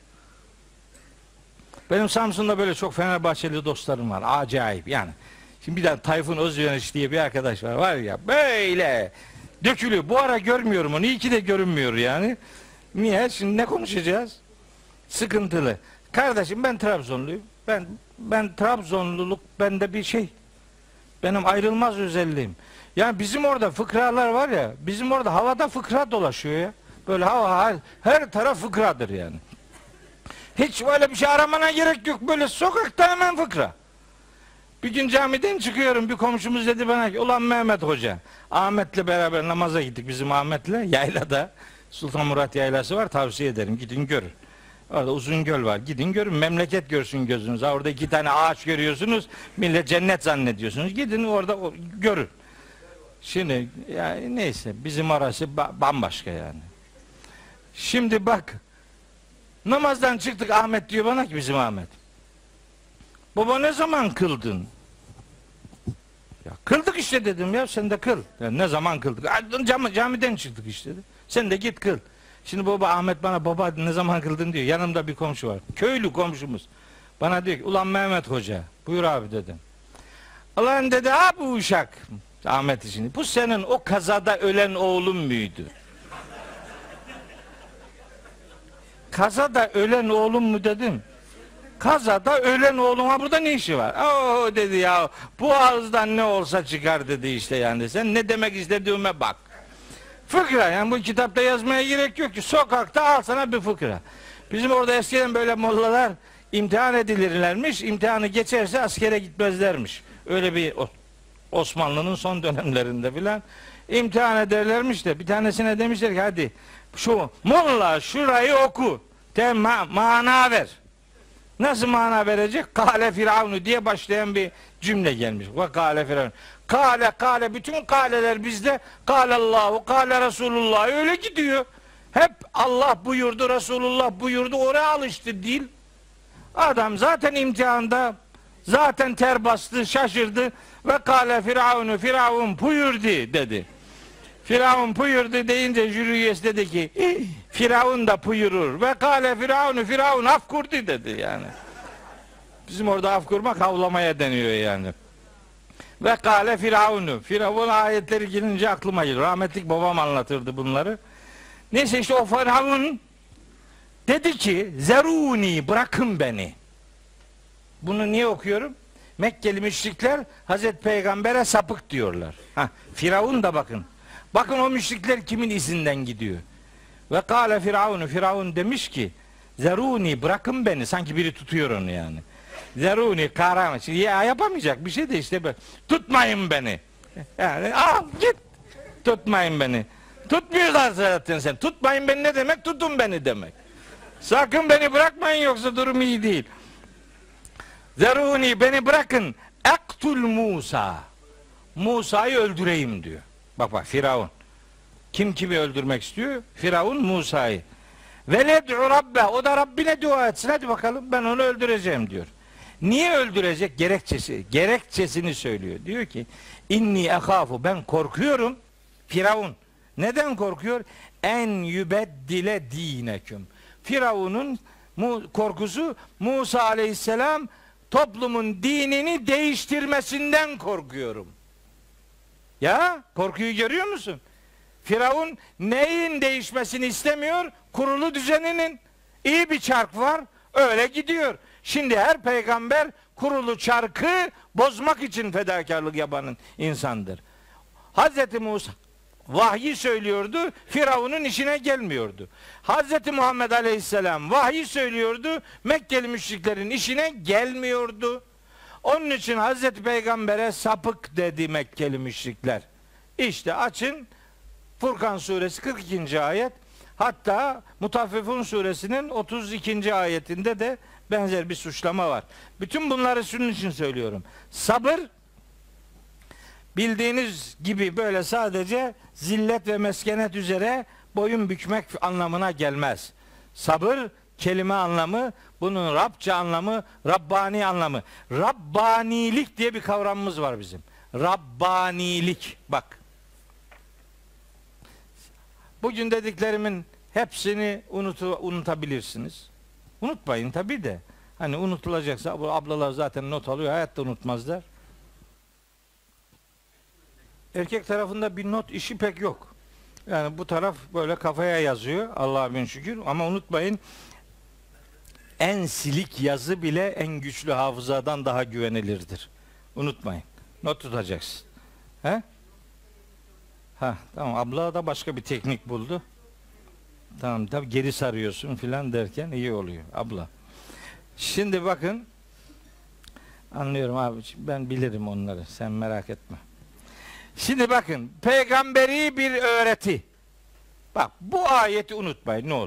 Benim Samsun'da böyle çok Fenerbahçeli dostlarım var. Acayip yani. Şimdi bir de Tayfun Özgüreniş diye bir arkadaş var. Var ya böyle dökülüyor. Bu ara görmüyorum onu. İyi ki de görünmüyor yani. Niye? Şimdi ne konuşacağız? Sıkıntılı. Kardeşim ben Trabzonluyum. Ben ben Trabzonluluk bende bir şey. Benim ayrılmaz özelliğim. Yani bizim orada fıkralar var ya. Bizim orada havada fıkra dolaşıyor ya. Böyle hava her, her taraf fıkradır yani. Hiç öyle bir şey aramana gerek yok. Böyle sokakta hemen fıkra. Bir gün camiden çıkıyorum. Bir komşumuz dedi bana ki ulan Mehmet Hoca. Ahmet'le beraber namaza gittik bizim Ahmet'le. Yaylada. Sultan Murat Yaylası var. Tavsiye ederim. Gidin görün. Orada uzun göl var. Gidin görün. Memleket görsün gözünüz. Orada iki tane ağaç görüyorsunuz. Millet cennet zannediyorsunuz. Gidin orada görün. Şimdi yani neyse bizim arası ba- bambaşka yani. Şimdi bak namazdan çıktık, Ahmet diyor bana ki, bizim Ahmet. Baba ne zaman kıldın? Ya kıldık işte dedim ya, sen de kıl. Ya ne zaman kıldık? Cam, camiden çıktık işte. Sen de git kıl. Şimdi baba Ahmet bana baba ne zaman kıldın diyor. Yanımda bir komşu var. Köylü komşumuz. Bana diyor ki ulan Mehmet Hoca. Buyur abi dedim. Ulan dedi ha bu uşak. Ahmet için. Bu senin o kazada ölen oğlun muydu? Kazada ölen oğlun mu dedim. Kazada ölen oğluma burada ne işi var? Oo dedi ya, bu ağızdan ne olsa çıkar dedi işte yani. Sen ne demek istediğime bak. Fıkra yani, bu kitapta yazmaya gerek yok ki. Sokakta al sana bir fıkra. Bizim orada eskiden böyle mollalar imtihan edilirlermiş. İmtihanı geçerse askere gitmezlermiş. Öyle bir Osmanlı'nın son dönemlerinde filan imtihan ederlermiş de bir tanesine demişler ki hadi şu molla şurayı oku. De ma mana ver. Nasıl mana verecek? Kale Firavunu diye başlayan bir cümle gelmiş. Ve kale Firavun. Kale kale, bütün kaleler bizde. Kale Allahu, kale Resulullah, öyle gidiyor. Hep Allah buyurdu, Resulullah buyurdu, oraya alıştı dil. Adam zaten imtihanda zaten ter bastı, şaşırdı. Ve kale Firavunu, Firavun buyurdu dedi. Firavun buyurdu deyince jüri üyesi dedi ki Firavun da buyurur. Ve kale Firavunu, Firavun af kurdu dedi yani. Bizim orada af kurmak havlamaya deniyor yani. Ve kale Firavunu. Firavun ayetleri gelince aklıma geliyor. Rahmetlik babam anlatırdı bunları. Neyse işte o Firavun dedi ki zeruni, bırakın beni. Bunu niye okuyorum? Mekkeli müşrikler Hazreti Peygamber'e sapık diyorlar. Ha, Firavun da bakın. Bakın o müşrikler kimin izinden gidiyor. Ve kâle Firavunu, Firavun demiş ki zeruni, bırakın beni. Sanki biri tutuyor onu yani. Zeruni, kahraman. Şimdi ya yapamayacak bir şey de işte böyle. Tutmayın beni. Yani al git. Tutmayın beni. Tutmuyorlar zaten sen. Tutmayın beni ne demek? Tutun beni demek. Sakın beni bırakmayın yoksa durum iyi değil. Zeruni, beni bırakın. Ektul Musa. Musa'yı öldüreyim diyor. Bak bak Firavun. Kim kimi öldürmek istiyor? Firavun Musa'yı. Veled'u Rabbe. O da Rabbine dua etsin. Hadi bakalım ben onu öldüreceğim diyor. Niye öldürecek? Gerekçesi. Gerekçesini söylüyor. Diyor ki inni ehafu, ben korkuyorum. Firavun. Neden korkuyor? En yübeddile dineküm. Firavun'un korkusu Musa aleyhisselam toplumun dinini değiştirmesinden korkuyorum. Ya korkuyu görüyor musun? Firavun neyin değişmesini istemiyor? Kurulu düzeninin. İyi bir çark var, öyle gidiyor. Şimdi her peygamber kurulu çarkı bozmak için fedakarlık yapanın insandır. Hazreti Musa vahyi söylüyordu, Firavun'un işine gelmiyordu. Hazreti Muhammed Aleyhisselam vahyi söylüyordu, Mekkeli müşriklerin işine gelmiyordu. Onun için Hazreti Peygamber'e sapık dedi Mekkeli müşrikler. İşte açın Furkan suresi kırk ikinci ayet, hatta Mutaffifun suresinin otuz ikinci ayetinde de benzer bir suçlama var. Bütün bunları şunun için söylüyorum. Sabır bildiğiniz gibi böyle sadece zillet ve meskenet üzere boyun bükmek anlamına gelmez. Sabır kelime anlamı, bunun Rabça anlamı, Rabbani anlamı. Rabbanilik diye bir kavramımız var bizim. Rabbanilik. Bak. Bugün dediklerimin hepsini unutu, unutabilirsiniz. Unutmayın tabii de. Hani unutulacaksa bu ablalar zaten not alıyor. Hayatta unutmazlar. Erkek tarafında bir not işi pek yok. Yani bu taraf böyle kafaya yazıyor. Allah'a bin şükür. Ama unutmayın, en silik yazı bile en güçlü hafızadan daha güvenilirdir. Unutmayın. Not tutacaksın. He? Ha, tamam. Abla da başka bir teknik buldu. Tamam, tabii geri sarıyorsun filan derken iyi oluyor abla. Şimdi bakın, anlıyorum abi, ben bilirim onları, sen merak etme. Şimdi bakın, peygamberi bir öğreti. Bak bu ayeti unutmayın ne olur.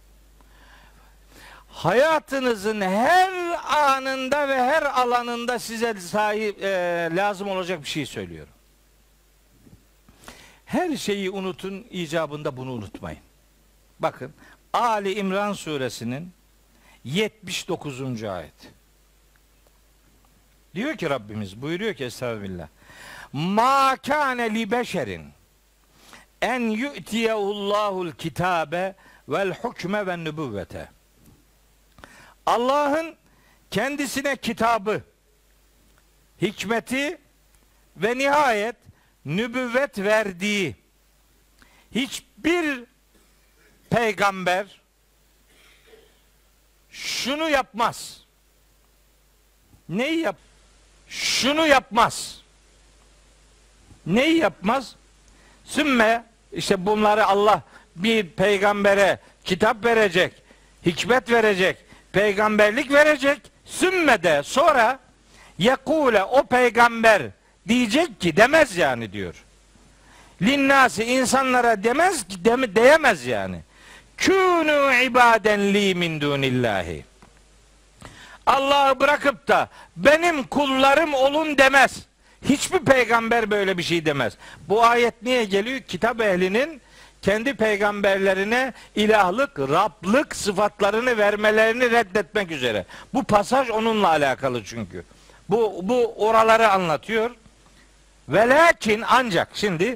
Hayatınızın her anında ve her alanında size sahip e, lazım olacak bir şey söylüyorum. Her şeyi unutun icabında bunu unutmayın. Bakın Ali İmran suresinin yetmiş dokuzuncu ayet. Diyor ki Rabbimiz, buyuruyor ki estağfirullah. Ma kâne li beşerin en yu'tiyehullahul kitabe vel hukme ve nübüvvete. Allah'ın kendisine kitabı, hikmeti ve nihayet nübüvvet verdiği hiçbir peygamber şunu yapmaz. Neyi yap? Şunu yapmaz. Neyi yapmaz? Sümme, işte bunları Allah bir peygambere kitap verecek, hikmet verecek, peygamberlik verecek. Sümme de sonra yekule, o peygamber diyecek ki, demez yani diyor. Linnâsi, insanlara demez ki, de, diyemez yani. Kûnû ibâden li min dûnillâhi. Allah'ı bırakıp da benim kullarım olun demez. Hiçbir peygamber böyle bir şey demez. Bu ayet niye geliyor? Kitap ehlinin kendi peygamberlerine ilahlık, Rablık sıfatlarını vermelerini reddetmek üzere. Bu pasaj onunla alakalı çünkü. Bu, bu oraları anlatıyor. Ve lakin, ancak, şimdi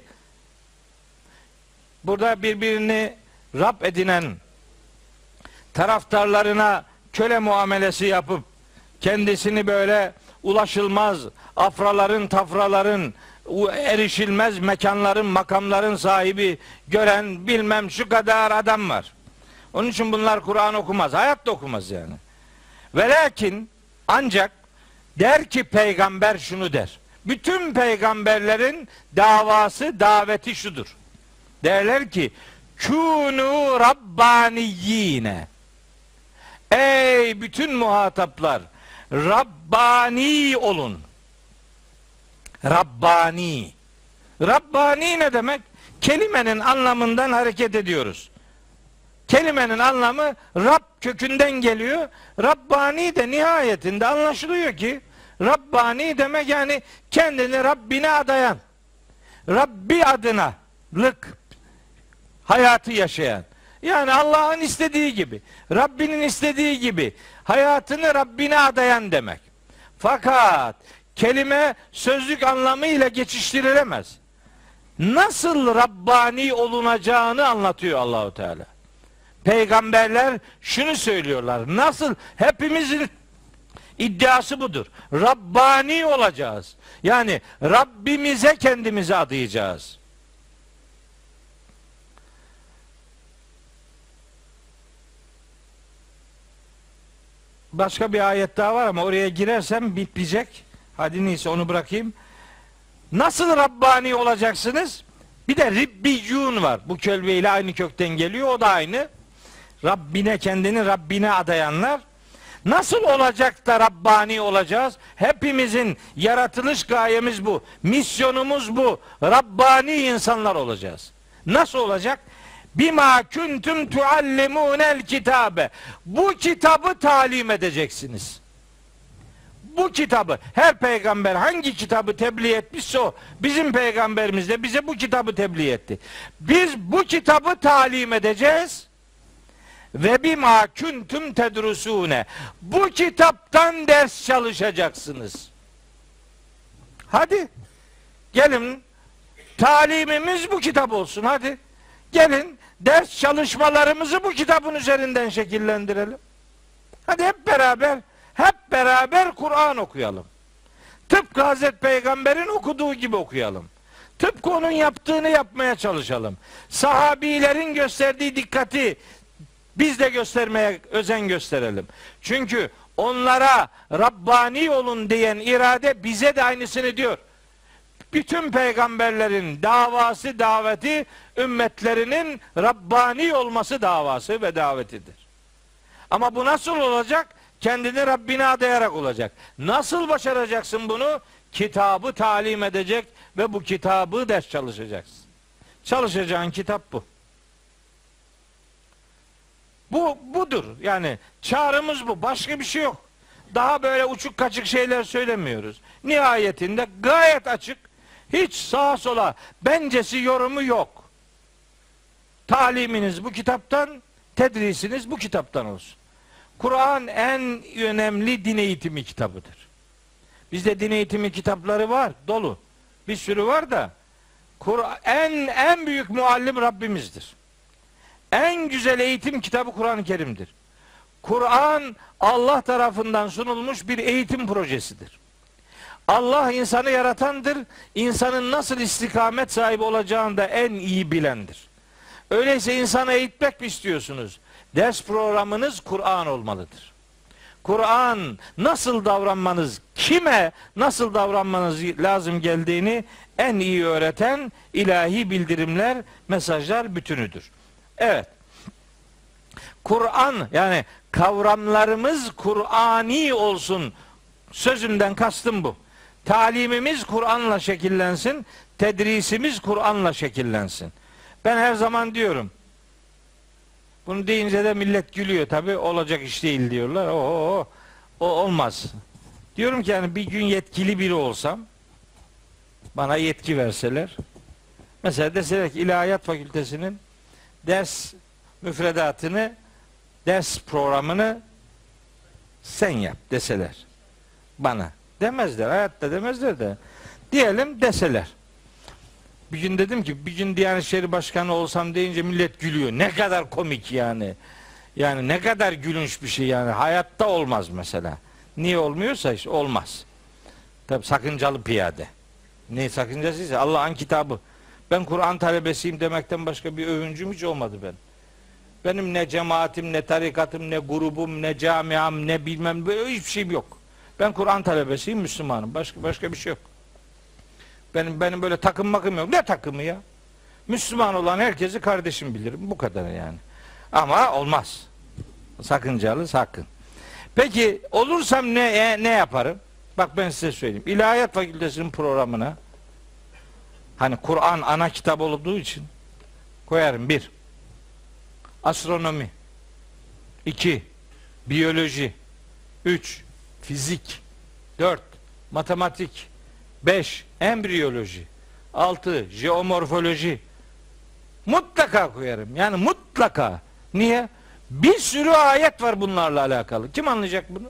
burada birbirini Rab edinen taraftarlarına köle muamelesi yapıp kendisini böyle ulaşılmaz afraların, tafraların, erişilmez mekanların, makamların sahibi gören bilmem şu kadar adam var. Onun için bunlar Kur'an okumaz. Hayatta okumaz yani. Ve lakin, ancak der ki peygamber şunu der. Bütün peygamberlerin davası, daveti şudur. Derler ki kûnû rabbaniyyîne. Ey bütün muhataplar, Rabbani olun. Rabbani. Rabbani ne demek? Kelimenin anlamından hareket ediyoruz. Kelimenin anlamı Rab kökünden geliyor. Rabbani de nihayetinde anlaşılıyor ki Rabbani demek yani kendini Rabbine adayan, Rabbi adınalık hayatı yaşayan. Yani Allah'ın istediği gibi, Rabbinin istediği gibi hayatını Rabbine adayan demek. Fakat kelime sözlük anlamıyla geçiştirilemez. Nasıl Rabbani olunacağını anlatıyor Allahu Teala. Peygamberler şunu söylüyorlar. Nasıl? Hepimizin iddiası budur. Rabbani olacağız. Yani Rabbimize kendimizi adayacağız. Başka bir ayet daha var ama oraya girersem bitmeyecek. Hadi neyse onu bırakayım. Nasıl Rabbani olacaksınız? Bir de Ribbiyyun var. Bu kelimeyle aynı kökten geliyor. O da aynı. Rabbine, kendini Rabbine adayanlar. Nasıl olacak da Rabbani olacağız? Hepimizin yaratılış gayemiz bu. Misyonumuz bu. Rabbani insanlar olacağız. Nasıl olacak? Bima kuntum tuallimunel kitabe. Bu kitabı talim edeceksiniz. Bu kitabı, her peygamber hangi kitabı tebliğ etmişse o, bizim peygamberimiz de bize bu kitabı tebliğ etti. Biz bu kitabı talim edeceğiz. Ve bima kuntum tedrusune. Bu kitaptan ders çalışacaksınız. Hadi gelin, talimimiz bu kitap olsun, hadi. Gelin ders çalışmalarımızı bu kitabın üzerinden şekillendirelim. Hadi hep beraber hep beraber Kur'an okuyalım. Tıpkı Hazreti Peygamber'in okuduğu gibi okuyalım. Tıpkı onun yaptığını yapmaya çalışalım. Sahabilerin gösterdiği dikkati biz de göstermeye özen gösterelim. Çünkü onlara Rabbani olun diyen irade bize de aynısını diyor. Bütün peygamberlerin davası, daveti, ümmetlerinin Rabbani olması davası ve davetidir. Ama bu nasıl olacak? Kendini Rabbine adayarak olacak. Nasıl başaracaksın bunu? Kitabı talim edecek ve bu kitabı ders çalışacaksın. Çalışacağın kitap bu. Bu budur. Yani çağrımız bu. Başka bir şey yok. Daha böyle uçuk kaçık şeyler söylemiyoruz. Nihayetinde gayet açık. Hiç sağa sola bencesi yorumu yok. Taliminiz bu kitaptan, tedrisiniz bu kitaptan olsun. Kur'an en önemli din eğitimi kitabıdır. Bizde din eğitimi kitapları var, dolu. Bir sürü var da Kur'an en en büyük muallim Rabbimizdir. En güzel eğitim kitabı Kur'an-ı Kerim'dir. Kur'an Allah tarafından sunulmuş bir eğitim projesidir. Allah insanı yaratandır. İnsanın nasıl istikamet sahibi olacağını da en iyi bilendir. Öyleyse insanı eğitmek mi istiyorsunuz? Ders programınız Kur'an olmalıdır. Kur'an nasıl davranmanız, kime nasıl davranmanız lazım geldiğini en iyi öğreten ilahi bildirimler, mesajlar bütünüdür. Evet. Kur'an, yani kavramlarımız Kur'ani olsun sözümden kastım bu. Talimimiz Kur'an'la şekillensin, tedrisimiz Kur'an'la şekillensin. Ben her zaman diyorum, bunu deyince de millet gülüyor tabi, olacak iş değil diyorlar. O, o, o olmaz. Diyorum ki yani bir gün yetkili biri olsam, bana yetki verseler, mesela deseler ki İlahiyat Fakültesinin ders müfredatını, ders programını sen yap deseler bana. Demezler, hayatta demezler de. Diyelim deseler. Bir gün dedim ki, bir gün Diyanet İşleri Başkanı olsam deyince millet gülüyor. Ne kadar komik yani. Yani ne kadar gülünç bir şey yani. Hayatta olmaz mesela. Niye olmuyorsa işte olmaz. Tabi sakıncalı piyade. Ne sakıncasıysa Allah'ın kitabı. Ben Kur'an talebesiyim demekten başka bir övüncüm hiç olmadı ben. Benim ne cemaatim, ne tarikatım, ne grubum, ne camiam, ne bilmem, böyle hiçbir şeyim yok. Ben Kur'an talebesiyim, Müslümanım. Başka başka bir şey yok. Benim benim böyle takım makım yok. Ne takımı ya? Müslüman olan herkesi kardeşim bilirim. Bu kadar yani. Ama olmaz. Sakıncalı, sakın. Peki olursam ne ne yaparım? Bak ben size söyleyeyim. İlahiyat Fakültesi'nin programına, hani Kur'an ana kitap olduğu için koyarım. Bir, astronomi. İki, biyoloji. Üç, fizik. Dört, matematik. Beş, embriyoloji. Altı, jeomorfoloji. Mutlaka koyarım. Yani mutlaka. Niye? Bir sürü ayet var bunlarla alakalı. Kim anlayacak bunu?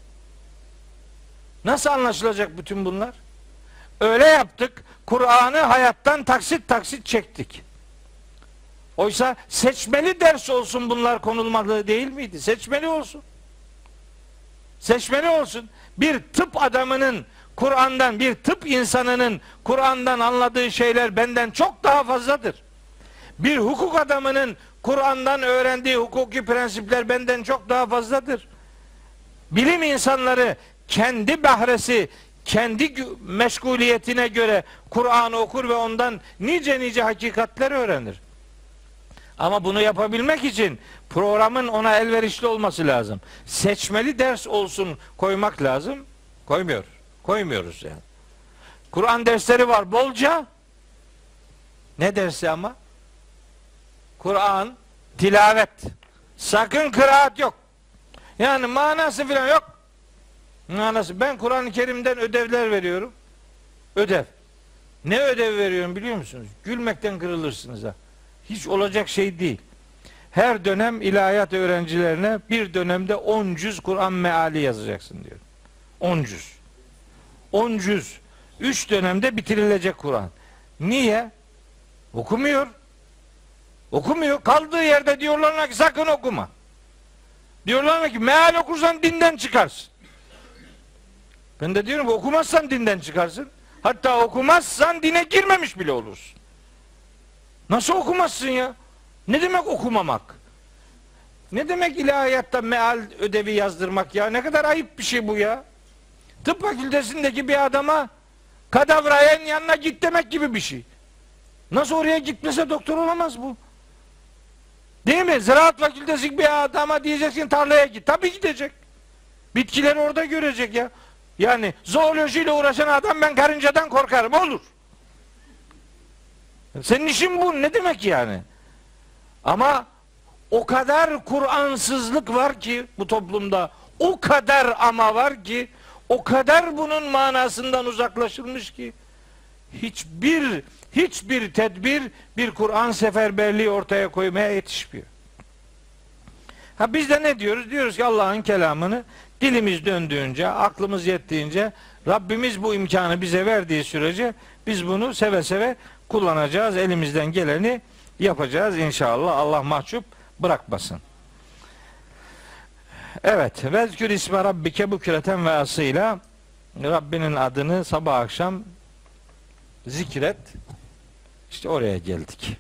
Nasıl anlaşılacak bütün bunlar? Öyle yaptık. Kur'an'ı hayattan taksit taksit çektik. Oysa seçmeli ders olsun, bunlar konulmalı değil miydi? Seçmeli olsun. Seçmeli olsun. Bir tıp adamının Kur'an'dan, bir tıp insanının Kur'an'dan anladığı şeyler benden çok daha fazladır. Bir hukuk adamının Kur'an'dan öğrendiği hukuki prensipler benden çok daha fazladır. Bilim insanları kendi bahresi, kendi meşguliyetine göre Kur'an'ı okur ve ondan nice nice hakikatler öğrenir. Ama bunu yapabilmek için programın ona elverişli olması lazım. Seçmeli ders olsun koymak lazım. Koymuyor. Koymuyoruz yani. Kur'an dersleri var bolca. Ne dersi ama? Kur'an, tilavet. Sakın kıraat yok. Yani manası falan yok. Manası. Ben Kur'an-ı Kerim'den ödevler veriyorum. Ödev. Ne ödev veriyorum biliyor musunuz? Gülmekten kırılırsınız ha. Hiç olacak şey değil. Her dönem ilahiyat öğrencilerine bir dönemde on cüz Kur'an meali yazacaksın diyor. on cüz. on cüz. üç dönemde bitirilecek Kur'an. Niye? Okumuyor. Okumuyor. Kaldığı yerde diyorlar ki sakın okuma. Diyorlar ki meal okursan dinden çıkarsın. Ben de diyorum ki okumazsan dinden çıkarsın. Hatta okumazsan dine girmemiş bile olursun. Nasıl okumazsın ya? Ne demek okumamak? Ne demek ilahiyatta meal ödevi yazdırmak ya? Ne kadar ayıp bir şey bu ya. Tıp fakültesindeki bir adama kadavrayan yanına git demek gibi bir şey. Nasıl oraya gitmese doktor olamaz bu? Değil mi? Ziraat fakültesi bir adama diyeceksin tarlaya git. Tabii gidecek. Bitkileri orada görecek ya. Yani zoolojiyle uğraşan adam ben karıncadan korkarım olur. Senin işin bu. Ne demek yani? Ama o kadar Kur'ansızlık var ki bu toplumda. O kadar ama var ki, o kadar bunun manasından uzaklaşılmış ki hiçbir hiçbir tedbir bir Kur'an seferberliği ortaya koymaya yetişmiyor. Ha biz de ne diyoruz? Diyoruz ki Allah'ın kelamını dilimiz döndüğünce, aklımız yettiğince, Rabbimiz bu imkanı bize verdiği sürece biz bunu seve seve kullanacağız. Elimizden geleni yapacağız inşallah. Allah mahcup bırakmasın. Evet. Vezkür isme rabbike bukreten ve asıyla, Rabbinin adını sabah akşam zikret. İşte oraya geldik.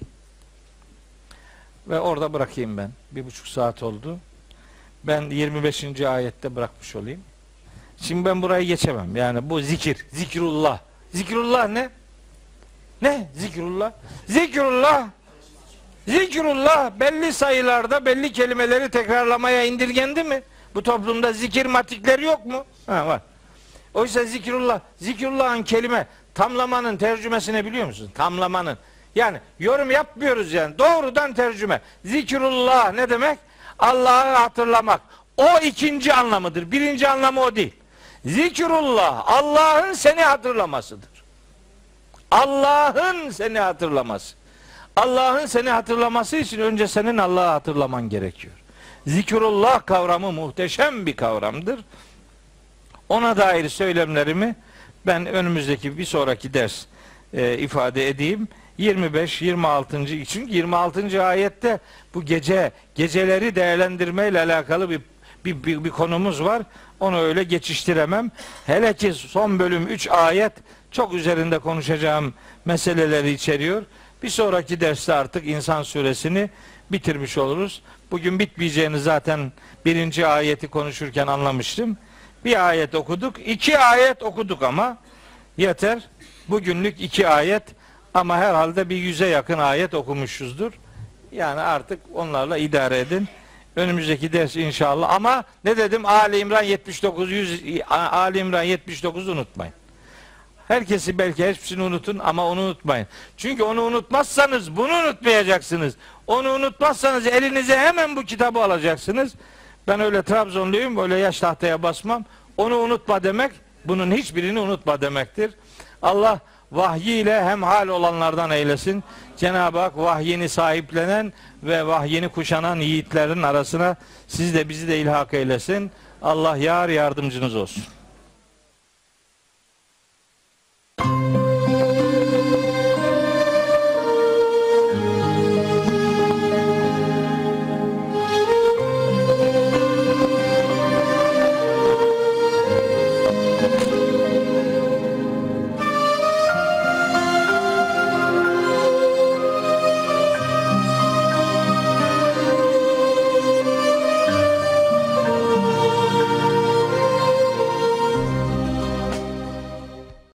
Ve orada bırakayım ben. Bir buçuk saat oldu. Ben yirmi beşinci ayette bırakmış olayım. Şimdi ben burayı geçemem. Yani bu zikir. Zikrullah. Zikrullah ne? Ne? Zikrullah. Zikrullah. Zikrullah belli sayılarda belli kelimeleri tekrarlamaya indirgendi mi? Bu toplumda zikir matikleri yok mu? Ha, var. Oysa zikrullah. Zikrullah'ın kelime tamlamanın tercümesini biliyor musun? Tamlamanın. Yani yorum yapmıyoruz yani. Doğrudan tercüme. Zikrullah ne demek? Allah'ı hatırlamak. O ikinci anlamıdır. Birinci anlamı o değil. Zikrullah Allah'ın seni hatırlamasıdır. Allah'ın seni hatırlaması. Allah'ın seni hatırlaması için önce senin Allah'ı hatırlaman gerekiyor. Zikrullah kavramı muhteşem bir kavramdır. Ona dair söylemlerimi ben önümüzdeki bir sonraki ders e, ifade edeyim. yirmi beş yirmi altıncı çünkü yirmi altıncı ayette bu gece geceleri değerlendirmeyle alakalı bir bir, bir bir konumuz var. Onu öyle geçiştiremem. Hele ki son bölüm üç ayet çok üzerinde konuşacağım meseleleri içeriyor. Bir sonraki derste artık İnsan suresini bitirmiş oluruz. Bugün bitmeyeceğini zaten birinci ayeti konuşurken anlamıştım. Bir ayet okuduk, iki ayet okuduk ama yeter. Bugünlük iki ayet ama herhalde bir yüze yakın ayet okumuşuzdur. Yani artık onlarla idare edin. Önümüzdeki ders inşallah ama ne dedim? Ali İmran yetmiş dokuz yüz Ali İmran yetmiş dokuzu unutmayın. Herkesi belki hepsini unutun ama onu unutmayın. Çünkü onu unutmazsanız bunu unutmayacaksınız. Onu unutmazsanız elinize hemen bu kitabı alacaksınız. Ben öyle Trabzonluyum, öyle yaş tahtaya basmam. Onu unutma demek, bunun hiçbirini unutma demektir. Allah vahyiyle hemhal olanlardan eylesin. Cenab-ı Hak vahyini sahiplenen ve vahyini kuşanan yiğitlerin arasına siz de bizi de ilhak eylesin. Allah yar yardımcınız olsun.